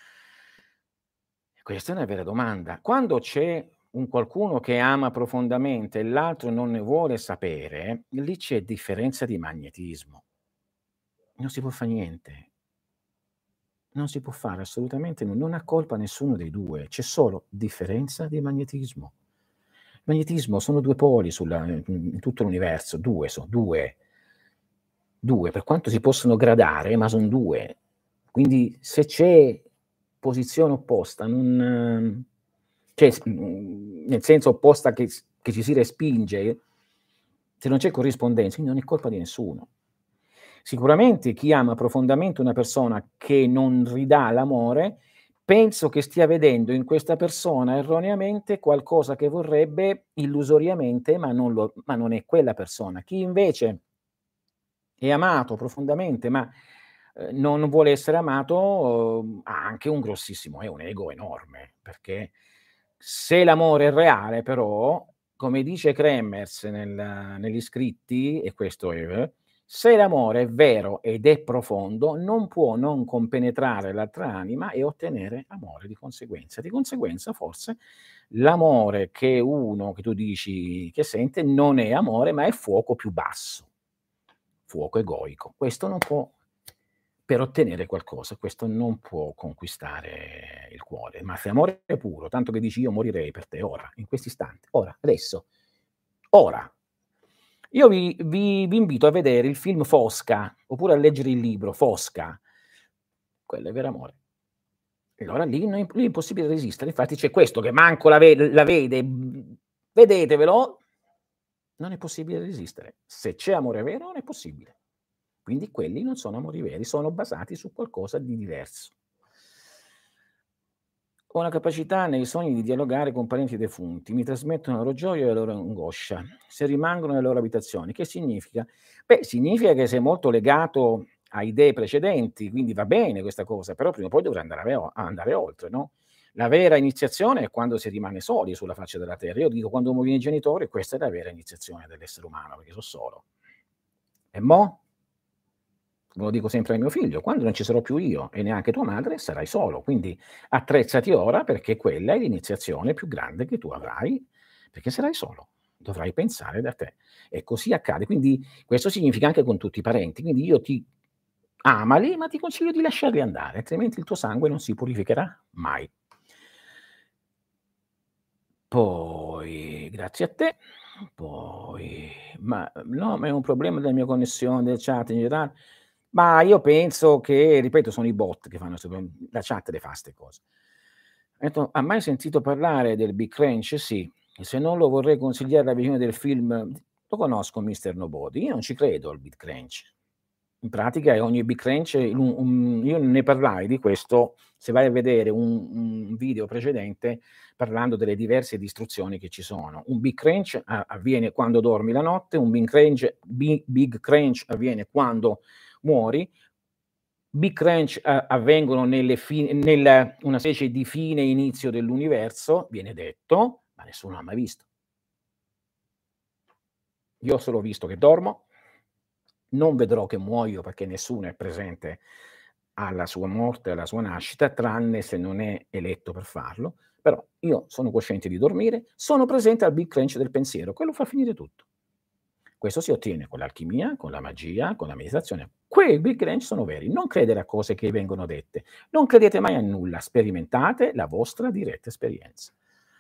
Questa è una vera domanda. Quando c'è un qualcuno che ama profondamente e l'altro non ne vuole sapere, lì c'è differenza di magnetismo. Non si può fa niente. Non si può fare assolutamente nu non ha colpa nessuno dei due, c'è solo differenza di magnetismo. Magnetismo sono due poli sulla in in tutto l'universo, due so due. due, per quanto si possono gradare, ma son due. Quindi se c'è posizione opposta non cioè s mhmm, nel senso opposta che s che ci si respinge, se non c'è corrispondenza, quindi non è colpa di nessuno. Sicuramente chi ama profondamente una persona che non ridà l'amore, penso che stia vedendo in questa persona erroneamente qualcosa che vorrebbe illusoriamente, ma non lo ma non è quella persona. Chi invece è amato profondamente, ma, ehm, non vuole essere amato, uhm, ha anche un grossissimo è un ego enorme, perché se l'amore è reale però, come dice Kremers nel negli scritti, e questo è v se l'amore è vero ed è profondo, non può non compenetrare l'altra anima e ottenere amore di conseguenza. Di conseguenza forse l'amore che uno che tu dici che sente non è amore, ma è fuoco più basso. Fuoco egoico. Questo non può per ottenere qualcosa, questo non può conquistare il cuore. Ma se amore puro, tanto che dici: "Io morirei per te ora, in questo istante, ora, adesso, ora". Io vi vi vi invito a vedere il film Fosca, oppure a leggere il libro Fosca. Quello è vero amore. E allora lì no lì è impossibile resistere. Infatti c'è questo che manco la ve la vede, mhmm, vedetevelo. Non è possibile resistere. Se c'è amore vero non è possibile. Quindi quelli non sono amori veri, sono basati su qualcosa di diverso. Ho una capacità nei sogni di dialogare con parenti defunti, mi trasmettono la loro gioia e la loro angoscia, se rimangono nelle loro abitazioni. Che significa? Beh, significa che sei molto legato a idee precedenti, quindi va bene questa cosa, però prima o poi dovrai andare ave o andare oltre, no, la vera iniziazione è quando si rimane soli sulla faccia della terra. Io dico quando muoiono i genitori, questa è la vera iniziazione dell'essere umano, perché so solo. E mo'? Lo dico sempre a mio figlio: "Quando non ci sarò più io e neanche tua madre, sarai solo, quindi attrezzati ora perché quella è l'iniziazione più grande che tu avrai, perché sarai solo, dovrai pensare da te". E così accade. Quindi questo significa anche con tutti i parenti. Quindi io ti amali, ma ti consiglio di lasciarli andare, altrimenti il tuo sangue non si purificherà mai. Poi grazie a te. Poi ma no, ma è un problema della mia connessione, del chat in generale. Ma io penso che, ripeto, sono i bot che fanno 'ste co la chat le fa 'ste cose. Ha detto: "Ha mai sentito parlare del Big Crunch?" Sì, e se non lo vorrei consigliare la visione del film lo conosco mister Nobody, io non ci credo al Big Crunch. In pratica, è ogni Big Crunch, un un io ne parlai di questo, se vai a vedere un un video precedente, parlando delle diverse distruzioni che ci sono. Un Big Crunch a avviene quando dormi la notte, un Big Crunch bi Big Crunch avviene quando muori. Big Crunch a avvengono nelle fi nel una specie di fine inizio dell'universo, viene detto, ma nessuno l'ha mai visto. Io ho solo visto che dormo, non vedrò che muoio perché nessuno è presente alla sua morte, alla sua nascita, tranne se non è eletto per farlo, però io sono cosciente di dormire, sono presente al Big Crunch del pensiero, quello fa finire tutto. Questo si ottiene con l'alchimia, con la magia, con la meditazione. Quei Big Crunch sono veri, non credere a cose che vengono dette, non credete mai a nulla, sperimentate la vostra diretta esperienza.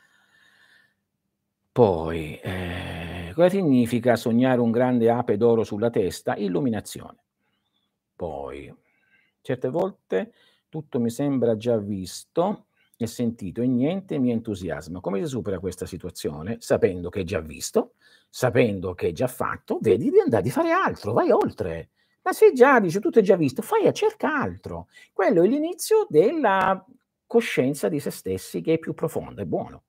Poi, ehm, cosa significa sognare un grande ape d'oro sulla testa? Illuminazione. Poi, certe volte tutto mi sembra già visto e sentito e niente mi entusiasma. Come si supera questa situazione? Sapendo che è già visto, sapendo che è già fatto, vedi di andare di fare altro, vai oltre. Ma se già dici tutto è già visto, fai a cerca altro. Quello è l'inizio della coscienza di se stessi che è più profonda, è buono.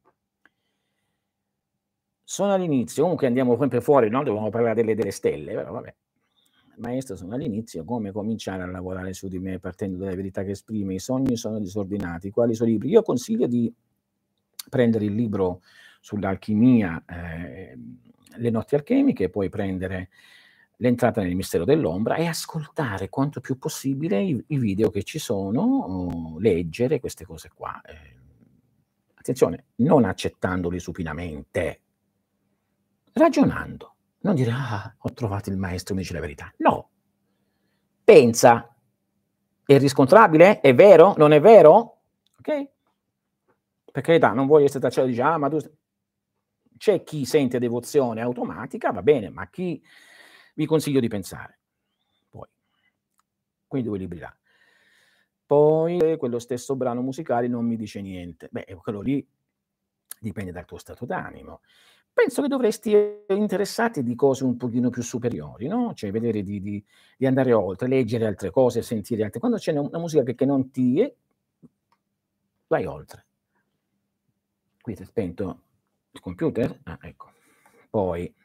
Sono all'inizio, comunque andiamo sempre fuori, no, dovevamo parlare delle delle stelle, però vabbè. Maestro, sono all'inizio, come cominciare a lavorare su di me partendo dalla verità che esprime? I sogni sono disordinati. Quali sono i libri? Io consiglio di prendere il libro sull'alchimia, ehm, Le notti alchemiche, poi prendere L'entrata nel mistero dell'ombra e ascoltare quanto più possibile i i video che ci sono, o leggere queste cose qua. Ehm, attenzione, non accettandoli supinamente, ragionando. Non dire: "Ah, ho trovato il maestro, mi dice la verità." No. Pensa. È riscontrabile? È vero? Non è vero? Okay? Per carità, non voglio essere tacciato, dice: "Ah, ma tu s" c'è chi sente devozione automatica, va bene, ma chi vi consiglio di pensare. Poi, quei due libri là. Poi quello stesso brano musicale non mi dice niente. Beh, quello lì dipende dal tuo stato d'animo. Penso che dovresti interessarti di cose un pochino più superiori, no, cioè vedere di di di andare oltre, leggere altre cose, sentire altre quando c'è una una musica che che non ti è vai oltre. Qui si è spento il computer? Ah, ecco. Poi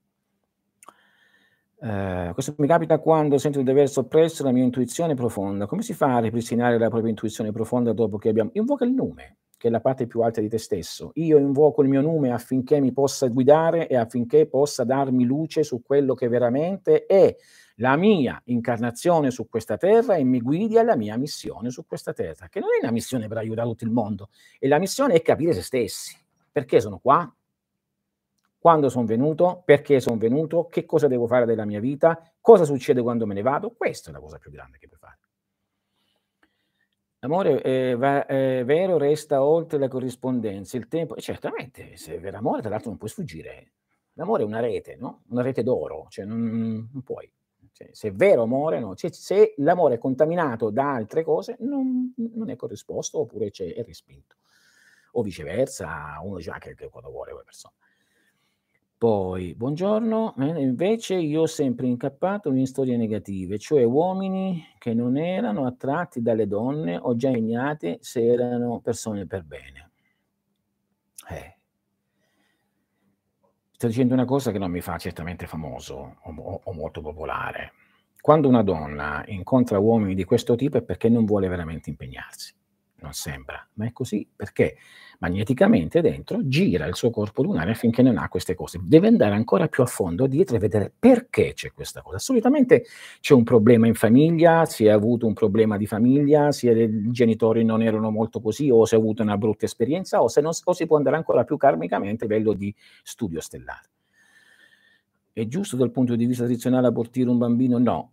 ehm, questo mi capita quando sento di aver soppresso la mia intuizione profonda. Come si fa a ripristinare la propria intuizione profonda dopo che abbiam invoca il nume, che è la parte più alta di te stesso. Io invoco il mio nume affinché mi possa guidare e affinché possa darmi luce su quello che veramente è la mia incarnazione su questa terra e mi guidi alla mia missione su questa terra, che non è una missione per aiutare tutto il mondo, e la missione è capire se stessi. Perché sono qua? Quando son venuto? Perché son venuto? Che cosa devo fare della mia vita? Cosa succede quando me ne vado? Questa è la cosa più grande che puoi fare. L'amore, ehm, va è vero, resta oltre la corrispondenza, il tempo e certamente, se è vero amore tra l'altro non puoi sfuggire. L'amore è una rete, no, una rete d'oro, cioè non non puoi. Cioè, se è vero amore, no, se se l'amore è contaminato da altre cose non non è corrisposto oppure c'è è respinto. O viceversa, uno dice: "Ah, che che cosa vuole quella persona?" Poi, buongiorno, eh, invece io ho sempre incappato in storie negative, cioè uomini che non erano attratti dalle donne o già ignati se erano persone per bene. Eh. Sto dicendo una cosa che non mi fa certamente famoso o mo o molto popolare. Quando una donna incontra uomini di questo tipo è perché non vuole veramente impegnarsi. Non sembra, ma è così perché magneticamente dentro gira il suo corpo lunare affinché non ha queste cose. Deve andare ancora più a fondo dietro e vedere perché c'è questa cosa. Solitamente c'è un problema in famiglia, si è avuto un problema di famiglia, sia i genitori non erano molto così, o si è avuto una brutta esperienza, o se non s o si può andare ancora più karmicamente a livello di studio stellare. È giusto dal punto di vista tradizionale abortire un bambino? No.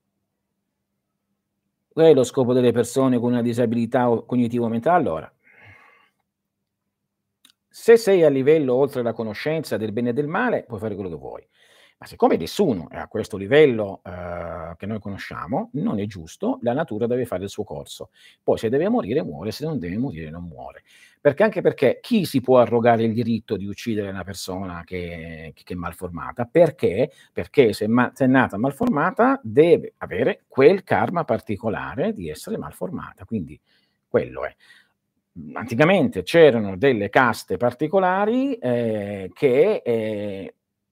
Qual è lo scopo delle persone con una disabilità o cognitivo-mentale? Allora, se sei a livello oltre la conoscenza del bene e del male, puoi fare quello che vuoi. Ma siccome nessuno è a questo livello, ehm, che noi conosciamo, non è giusto, la natura deve fare il suo corso. Poi se deve morire muore, se non deve morire non muore. Perché anche perché chi si può arrogare il diritto di uccidere una persona che che è malformata? Perché? Perché se ma se è nata malformata deve avere quel karma particolare di essere malformata, quindi quello è. Mhmm, anticamente c'erano delle caste particolari, ehm, che, ehm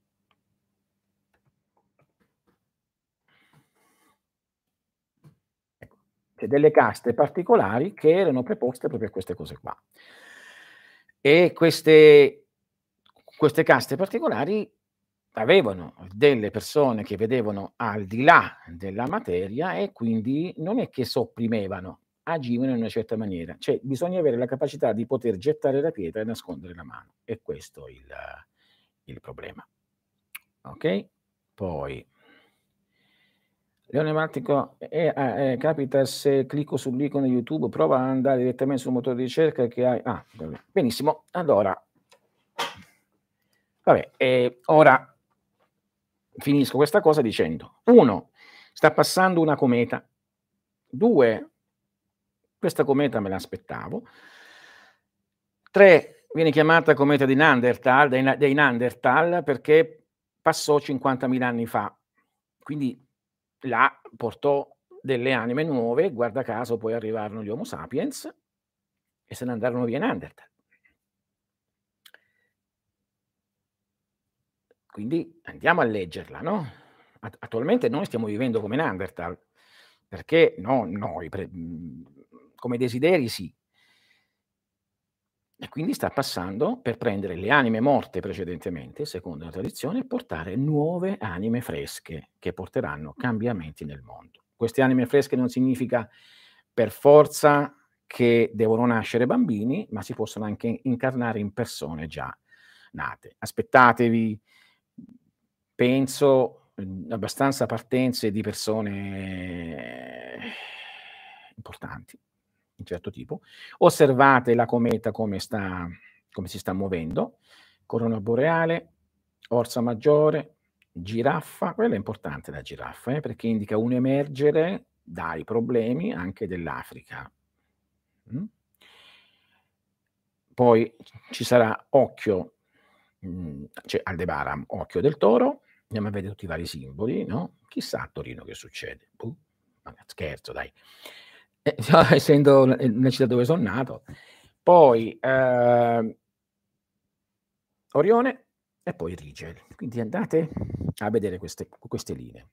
ecco, c'è delle caste particolari che erano preposte proprio a queste cose qua. E queste queste caste particolari avevano delle persone che vedevano al di là della materia e quindi non è che sopprimevano, agivano in una certa maniera. Cioè bisogna avere la capacità di poter gettare la pietra e nascondere la mano. È questo il il problema. Okay? Poi Leone Mattico, e a ehm, capita se clicco sull'icona YouTube, prova ad andare direttamente sul motore di ricerca che hai ah, vabbè. Benissimo. Allora vabbè, ehm, ora finisco questa cosa dicendo: uno, sta passando una cometa. due, questa cometa me l'aspettavo. tre, viene chiamata cometa di Neanderthal dei na dei Neanderthal perché passò cinquantamila anni fa. Quindi là portò delle anime nuove, guarda caso poi arrivarono gli Homo sapiens e se ne andarono via i Neanderthal. Quindi andiamo a leggerla, no, at attualmente noi stiamo vivendo come Neanderthal, perché no noi pre mhmm, come desideri sì. E quindi sta passando per prendere le anime morte precedentemente, secondo la tradizione, e portare nuove anime fresche che porteranno cambiamenti nel mondo. Queste anime fresche non significa per forza che devono nascere bambini, ma si possono anche incarnare in persone già nate. Aspettatevi, penso, mhmm, abbastanza partenze di persone importanti, un certo tipo. Osservate la cometa come sta come si sta muovendo, corona boreale, orsa maggiore, giraffa, quella è importante la giraffa, eh, perché indica un emergere dai problemi anche dell'Africa. Mh? Poi ci sarà occhio, mhmm, cioè Aldebaran, occhio del toro, andiamo a vedere tutti i vari simboli, no, chissà a Torino che succede. Boh, ma scherzo dai. Eh, essendo l ehm, nella città dove son nato. Poi, ehm Orione e poi Rigel. Quindi andate a vedere queste queste linee.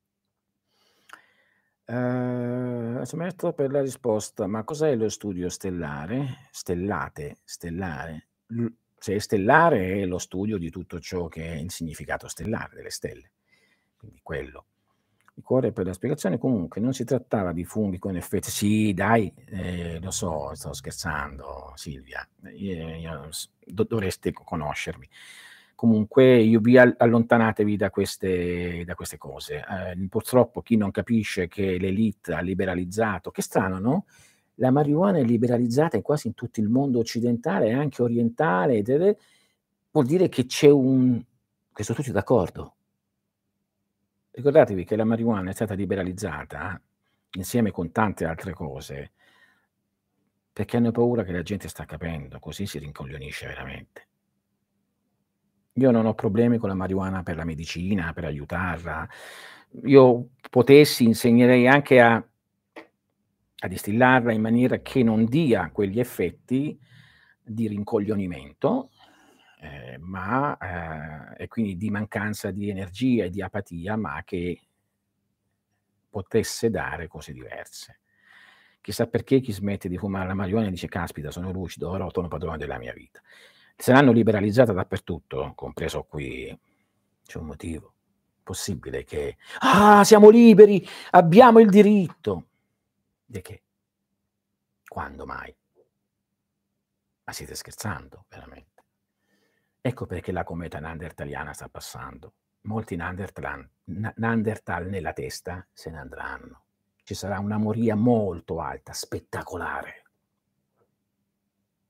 Ehm, Smetto per la risposta, ma cos'è lo studio stellare? Stellate, stellare? L se è stellare è lo studio di tutto ciò che è il significato stellare, delle stelle, quindi quello. Il cuore per la spiegazione, comunque non si trattava di funghi con effetti sì dai, ehm, lo so, sto scherzando Silvia, io io s do dovreste co conoscermi. Comunque io vi al allontanatevi da queste da queste cose. Ehm, purtroppo chi non capisce che l'élite ha liberalizzato che strano, no, la marijuana è liberalizzata in quasi in tutto il mondo occidentale e anche orientale, ed è vuol dire che c'è un che son tutti d'accordo. Ricordatevi che la marijuana è stata liberalizzata insieme con tante altre cose perché hanno paura che la gente sta capendo, così si rincoglionisce veramente. Io non ho problemi con la marijuana per la medicina, per aiutarla. Io potessi insegnerei anche a a distillarla in maniera che non dia quegli effetti di rincoglionimento, ehm, ma ehm, e quindi di mancanza di energia e di apatia, ma che potesse dare cose diverse. Chissà perché chi smette di fumare la marijuana dice: "Caspita, sono lucido, ora sono padrone della mia vita". Se l'hanno liberalizzata dappertutto, compreso qui, c'è un motivo. Possibile che: "Ah, siamo liberi, abbiamo il diritto". De che? Quando mai? Ma siete scherzando, veramente? Ecco perché la cometa neanderthaliana sta passando. Molti neanderthlan na Neanderthal nella testa se ne andranno. Ci sarà una moria molto alta, spettacolare.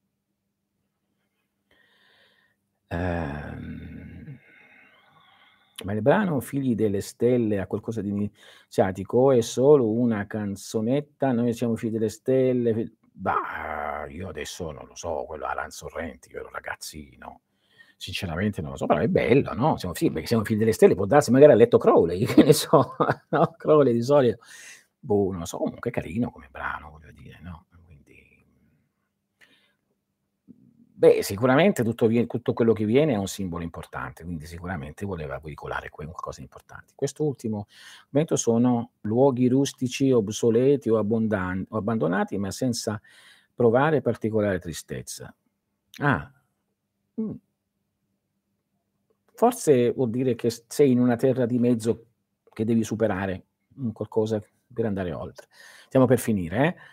Ehm Ma il brano Figli delle stelle ha qualcosa di iniziatico o è solo una canzonetta, noi siamo figli delle stelle, fi bah, io adesso non lo so, quello Alan Sorrenti, io ero ragazzino. Sinceramente non lo so, però è bello, no, siamo fi perché siamo figli delle stelle, può darsi magari ha letto Crowley, che ne so, no, Crowley di solito, boh, non lo so, comunque è carino come brano, voglio dire, no, quindi beh, sicuramente tutto vie tutto quello che viene è un simbolo importante, quindi sicuramente voleva veicolare que qualcosa di importante. Quest'ultimo momento sono luoghi rustici, obsoleti o abbondan o abbandonati, ma senza provare particolare tristezza. Ah, mh. Forse vuol dire che s sei in una terra di mezzo che devi superare, un qualcosa per andare oltre. Stiamo per finire, eh.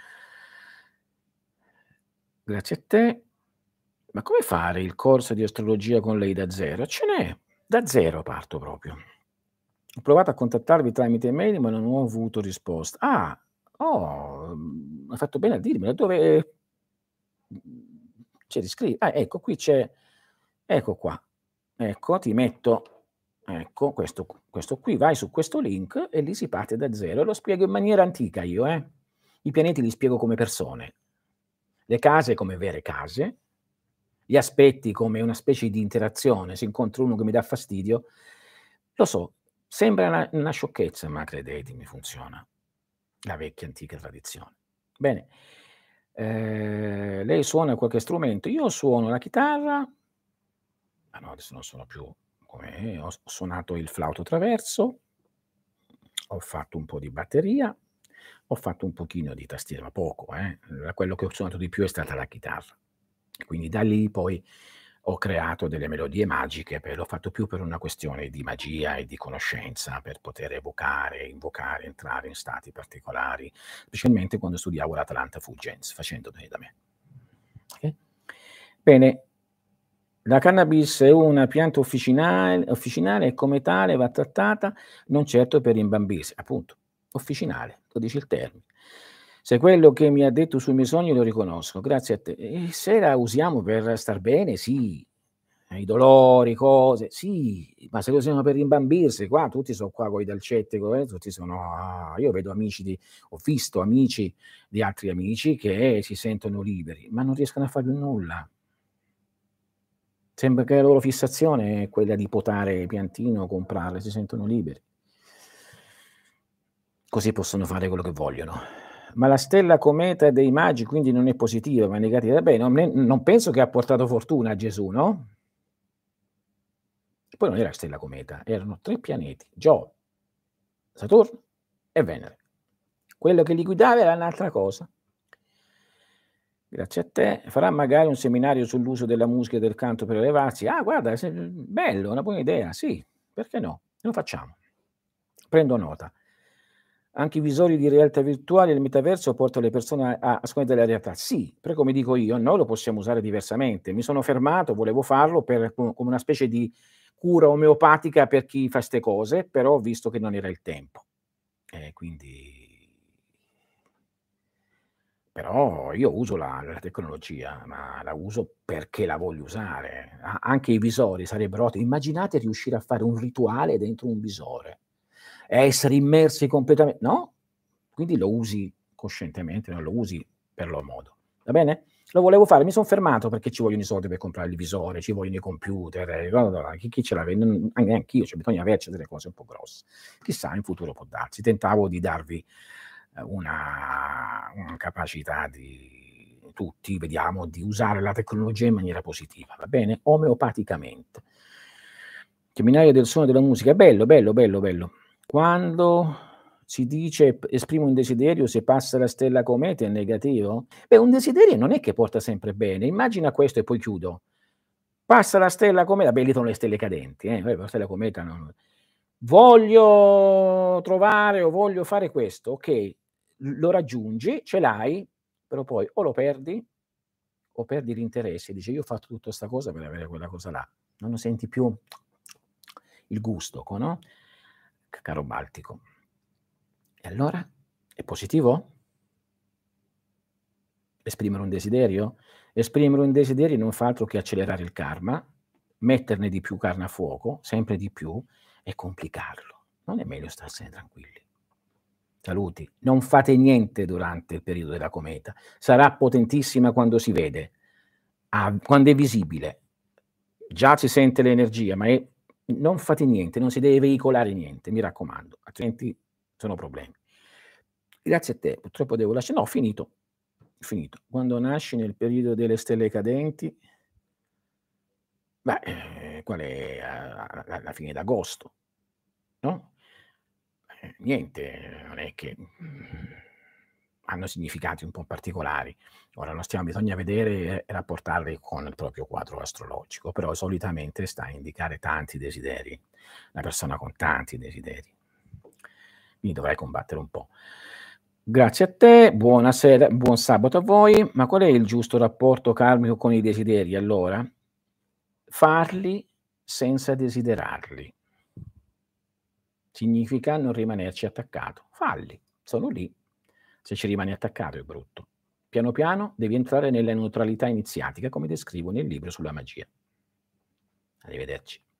Grazie a te. Ma come fare il corso di astrologia con lei da zero? Ce n'è, da zero parto proprio. Ho provato a contattarvi tramite email, ma non ho avuto risposta. Ah, oh, mhmm, hai fatto bene a dirmelo. Dove mhmm, c'è di scri ah, ecco qui c'è ecco qua. Ecco, ti metto ecco questo q questo qui, vai su questo link e lì si parte da zero. Lo spiego in maniera antica io, eh. I pianeti li spiego come persone, le case come vere case, gli aspetti come una specie di interazione, se incontro uno che mi dà fastidio, lo so, sembra una una sciocchezza, ma credetemi funziona. La vecchia antica tradizione. Bene, ehm, lei suona qualche strumento? Io suono la chitarra, ma no, adesso non suono più come ho s ho suonato il flauto traverso, ho fatto un po' di batteria, ho fatto un pochino di tastiera, ma poco, eh, ehm, quello che ho suonato di più è stata la chitarra. Quindi da lì poi ho creato delle melodie magiche, pe l'ho fatto più per una questione di magia e di conoscenza, per poter evocare, invocare, entrare in stati particolari, specialmente quando studiavo l'Atlanta Fulgence, facendo de da me. Okay. Bene, la cannabis è una pianta officinal officinale e come tale va trattata, non certo per imbambirsi. Appunto, officinale, lo dice il termine. Se quello che mi ha detto sui miei sogni lo riconosco, grazie a te. E se la usiamo per star bene, sì. I dolori, cose, sì, ma se lo usiamo per rimbambirsi, qua tutti so' qua coi dolcetti, co eh, tutti sono ah, io vedo amici di ho visto amici di altri amici che si sentono liberi, ma non riescono a far più nulla. Sembra che la loro fissazione è quella di potare piantine o comprarle, si sentono liberi. Così possono fare quello che vogliono. Ma la stella cometa dei magi quindi non è positiva, ma è negativa? Beh, non ne non penso che ha portato fortuna a Gesù, no? Poi non era stella cometa, erano tre pianeti: Giove, Saturno e Venere. Quello che li guidava era un'altra cosa. Grazie a te. Farà magari un seminario sull'uso della musica e del canto per elevarsi? Ah, guarda, se bello, una buona idea, sì, perché no? Lo facciamo. Prendo nota. Anche i visori di realtà virtuale e il metaverso portano le persone a a scoprire della realtà. Sì, però come dico io, noi lo possiamo usare diversamente. Mi sono fermato, volevo farlo per co come una specie di cura omeopatica per chi fa 'ste cose, però ho visto che non era il tempo. E quindi però io uso la la tecnologia, ma la uso perché la voglio usare. A anche i visori sarebbero ottimi. Immaginate riuscire a fare un rituale dentro un visore e essere immersi completame no? Quindi lo usi coscientemente, non lo usi per lo modo. Va bene? Lo volevo fare, mi son fermato perché ci vogliono i soldi per comprare il visore, ci vogliono i computer, eh, chi chi ce l'ha n neanch'io, cioè bisogna averci delle cose un po' grosse. Chissà, in futuro può darsi. Tentavo di darvi, ehm, una una capacità di tutti, vediamo, di usare la tecnologia in maniera positiva, va bene? Omeopaticamente. Seminario del suono e della musica, bello, bello, bello, bello. Quando si dice p esprimo un desiderio, se passa la stella cometa è negativo? Beh, un desiderio non è che porta sempre bene. Immagina questo e poi chiudo. Passa la stella cometa, beh lì sono le stelle cadenti, eh, poi la stella cometa non voglio trovare o voglio fare questo, okay, l lo raggiungi, ce l'hai, però poi o lo perdi o perdi l'interesse, dici: "Io ho fatto tutta 'sta cosa per avere quella cosa là." Non ne senti più il gusto, co no, c caro Baltico. E allora? È positivo? Esprimere un desiderio? Esprimere un desiderio non fa altro che accelerare il karma, metterne di più carne a fuoco, sempre di più, e complicarlo. Non è meglio starsene tranquilli. Saluti. Non fate niente durante il periodo della cometa. Sarà potentissima quando si vede, a quando è visibile. Già si sente l'energia, ma è non fate niente, non si deve veicolare niente, mi raccomando, altrimenti sono problemi. Grazie a te, purtroppo devo lascia no, ho finito, ho finito. Quando nasci nel periodo delle stelle cadenti beh, ehm, qual è a a alla fine d'agosto, no? Eh, niente, non è che, mhmm, hanno significati un po' particolari. Ora non stiamo bisogna vedere e rapportarli con il proprio quadro astrologico, però solitamente sta a indicare tanti desideri, una persona con tanti desideri. Quindi dovrai combattere un po'. Grazie a te, buonasera buon sabato a voi. Ma qual è il giusto rapporto karmico con i desideri allora? Farli senza desiderarli. Significa non rimanerci attaccato. Falli, sono lì. Se ci rimani attaccato è brutto. Piano piano devi entrare nella neutralità iniziatica, come descrivo nel libro sulla magia. Arrivederci.